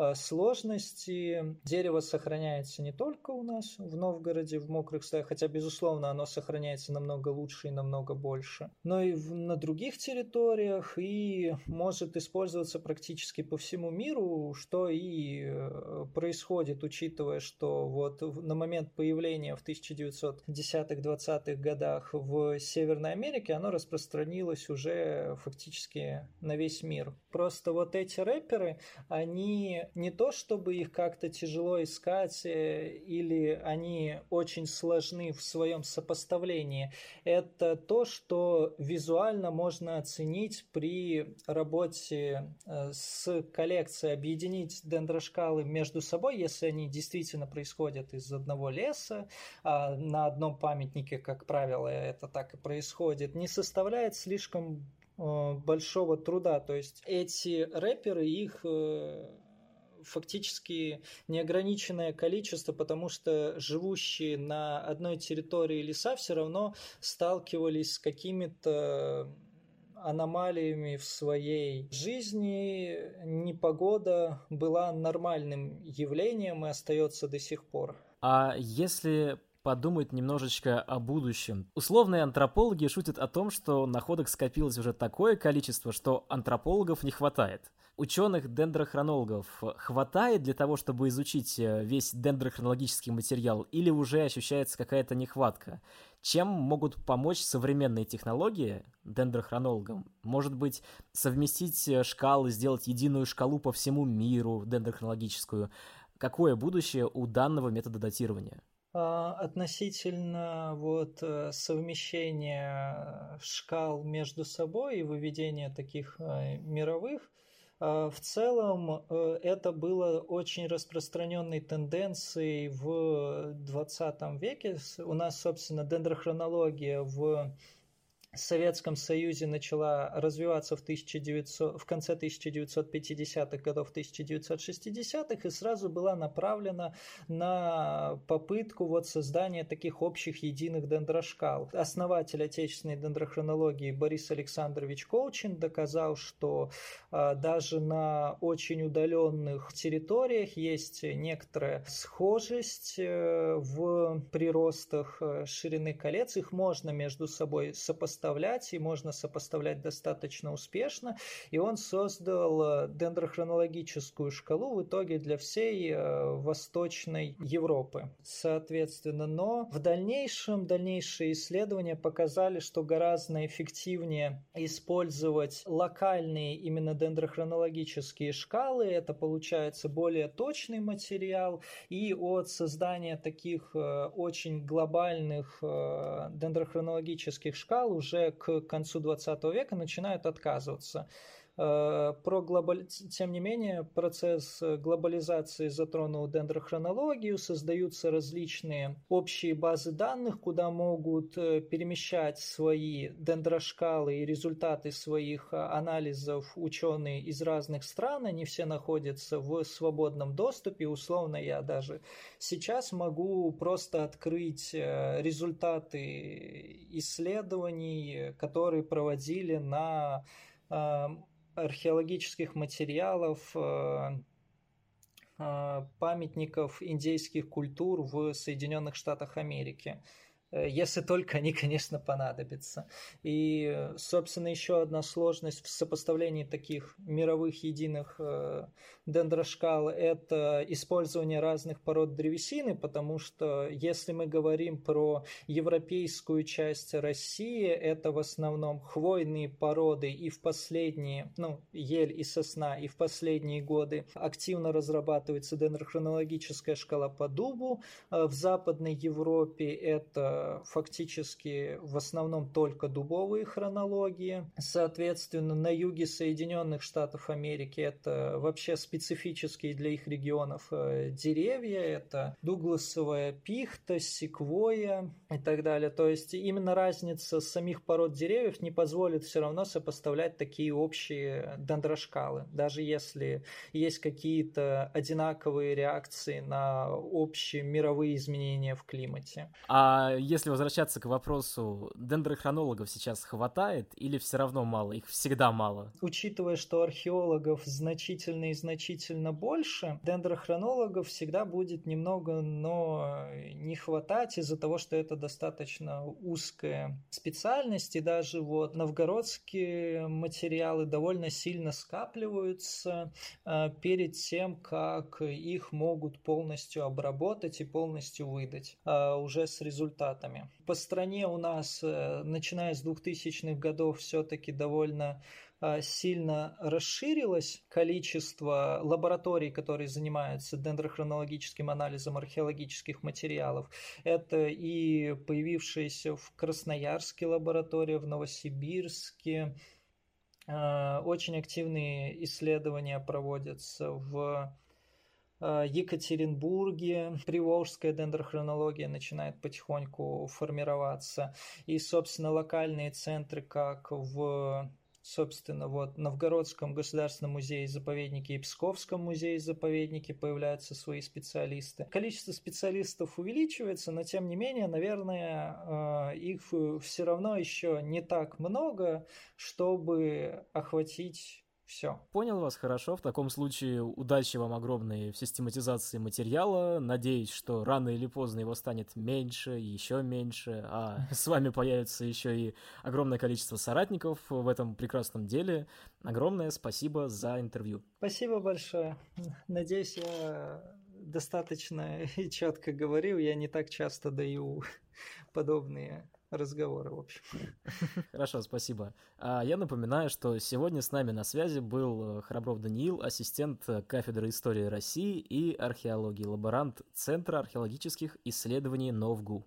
сложности. Дерево сохраняется не только у нас в Новгороде в мокрых слоях, хотя, безусловно, оно сохраняется намного лучше и намного больше, но и на других территориях и может использоваться практически по всему миру, что и происходит, учитывая, что вот на момент появления в тысяча девятьсот десятых-двадцатых годах в Северной Америке оно распространилось уже фактически на весь мир. Просто вот эти рэперы, они не то чтобы их как-то тяжело искать или они очень сложны в своем сопоставлении, это то, что визуально можно оценить при работе с коллекцией, объединить дендрошкалы между собой, если они действительно происходят из одного леса, а на одном памятнике, как правило, это так и происходит, не составляет слишком большого труда. То есть эти рэперы, их фактически неограниченное количество, потому что живущие на одной территории леса все равно сталкивались с какими-то аномалиями в своей жизни. Непогода была нормальным явлением и остается до сих пор. А если подумать немножечко о будущем. Условные антропологи шутят о том, что находок скопилось уже такое количество, что антропологов не хватает. Ученых-дендрохронологов хватает для того, чтобы изучить весь дендрохронологический материал, или уже ощущается какая-то нехватка? Чем могут помочь современные технологии дендрохронологам? Может быть, совместить шкалы, сделать единую шкалу по всему миру, дендрохронологическую? Какое будущее у данного метода датирования? Относительно вот совмещения шкал между собой и выведения таких мировых, в целом это было очень распространенной тенденцией в двадцатом веке. У нас, собственно, дендрохронология в Советском Союзе начала развиваться в, тысяча девятьсот, в конце тысяча девятьсот пятидесятых годов, тысяча девятьсот шестидесятых, и сразу была направлена на попытку вот создания таких общих единых дендрошкал. Основатель отечественной дендрохронологии Борис Александрович Колчин доказал, что а, даже на очень удаленных территориях есть некоторая схожесть э, в приростах ширины колец, их можно между собой сопоставить, и можно сопоставлять достаточно успешно, и он создал дендрохронологическую шкалу в итоге для всей Восточной Европы. Соответственно, но в дальнейшем дальнейшие исследования показали, что гораздо эффективнее использовать локальные именно дендрохронологические шкалы, это получается более точный материал, и от создания таких очень глобальных дендрохронологических шкал уже уже к концу двадцатого века начинают отказываться. Про глобали... Тем не менее, процесс глобализации затронул дендрохронологию, создаются различные общие базы данных, куда могут перемещать свои дендрошкалы и результаты своих анализов ученые из разных стран, они все находятся в свободном доступе, условно я даже сейчас могу просто открыть результаты исследований, которые проводили на археологических материалов, памятников индейских культур в Соединенных Штатах Америки. Если только они, конечно, понадобятся. И, собственно, еще одна сложность в сопоставлении таких мировых единых дендрошкал – это использование разных пород древесины, потому что если мы говорим про европейскую часть России, это в основном хвойные породы, и в последние, ну, ель и сосна, и в последние годы активно разрабатывается дендрохронологическая шкала по дубу. В Западной Европе это фактически в основном только дубовые хронологии. Соответственно, на юге Соединенных Штатов Америки это вообще специфические для их регионов деревья. Это дугласовая пихта, секвойя и так далее. То есть именно разница самих пород деревьев не позволит все равно сопоставлять такие общие дендрошкалы. Даже если есть какие-то одинаковые реакции на общие мировые изменения в климате. А если возвращаться к вопросу, дендрохронологов сейчас хватает или все равно мало? Их всегда мало? Учитывая, что археологов значительно и значительно больше, дендрохронологов всегда будет немного, но не хватать из-за того, что это достаточно узкая специальность, и даже вот новгородские материалы довольно сильно скапливаются э, перед тем, как их могут полностью обработать и полностью выдать э, уже с результатами. По стране у нас, начиная с двухтысячных годов, все-таки довольно сильно расширилось количество лабораторий, которые занимаются дендрохронологическим анализом археологических материалов. Это и появившиеся в Красноярске лаборатория, в Новосибирске. Очень активные исследования проводятся в Екатеринбурге, приволжская дендрохронология начинает потихоньку формироваться. И, собственно, локальные центры, как в, собственно, вот Новгородском государственном музее-заповеднике и Псковском музее-заповеднике появляются свои специалисты. Количество специалистов увеличивается, но, тем не менее, наверное, их все равно еще не так много, чтобы охватить все. Понял вас хорошо. В таком случае удачи вам огромной в систематизации материала. Надеюсь, что рано или поздно его станет меньше, еще меньше, а с вами появится еще и огромное количество соратников в этом прекрасном деле. Огромное спасибо за интервью. Спасибо большое. Надеюсь, я достаточно и четко говорил. Я не так часто даю подобные разговоры, в общем. Хорошо, спасибо. А я напоминаю, что сегодня с нами на связи был Храбров Даниил, ассистент кафедры истории России и археологии, лаборант Центра археологических исследований НОВГУ.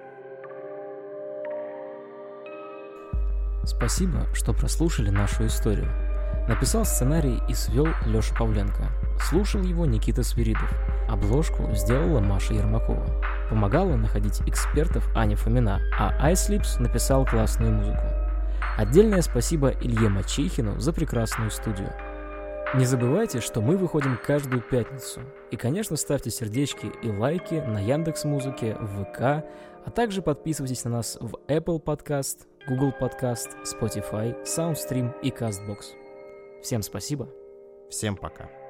Спасибо, что прослушали нашу историю. Написал сценарий и свел Леша Павленко. Слушал его Никита Свиридов. Обложку сделала Маша Ермакова. Помогала находить экспертов Аня Фомина, а iSlips написал классную музыку. Отдельное спасибо Илье Мачихину за прекрасную студию. Не забывайте, что мы выходим каждую пятницу. И, конечно, ставьте сердечки и лайки на Яндекс.Музыке, в ВК, а также подписывайтесь на нас в Apple Podcast, Google Podcast, Spotify, SoundStream и CastBox. Всем спасибо. Всем пока.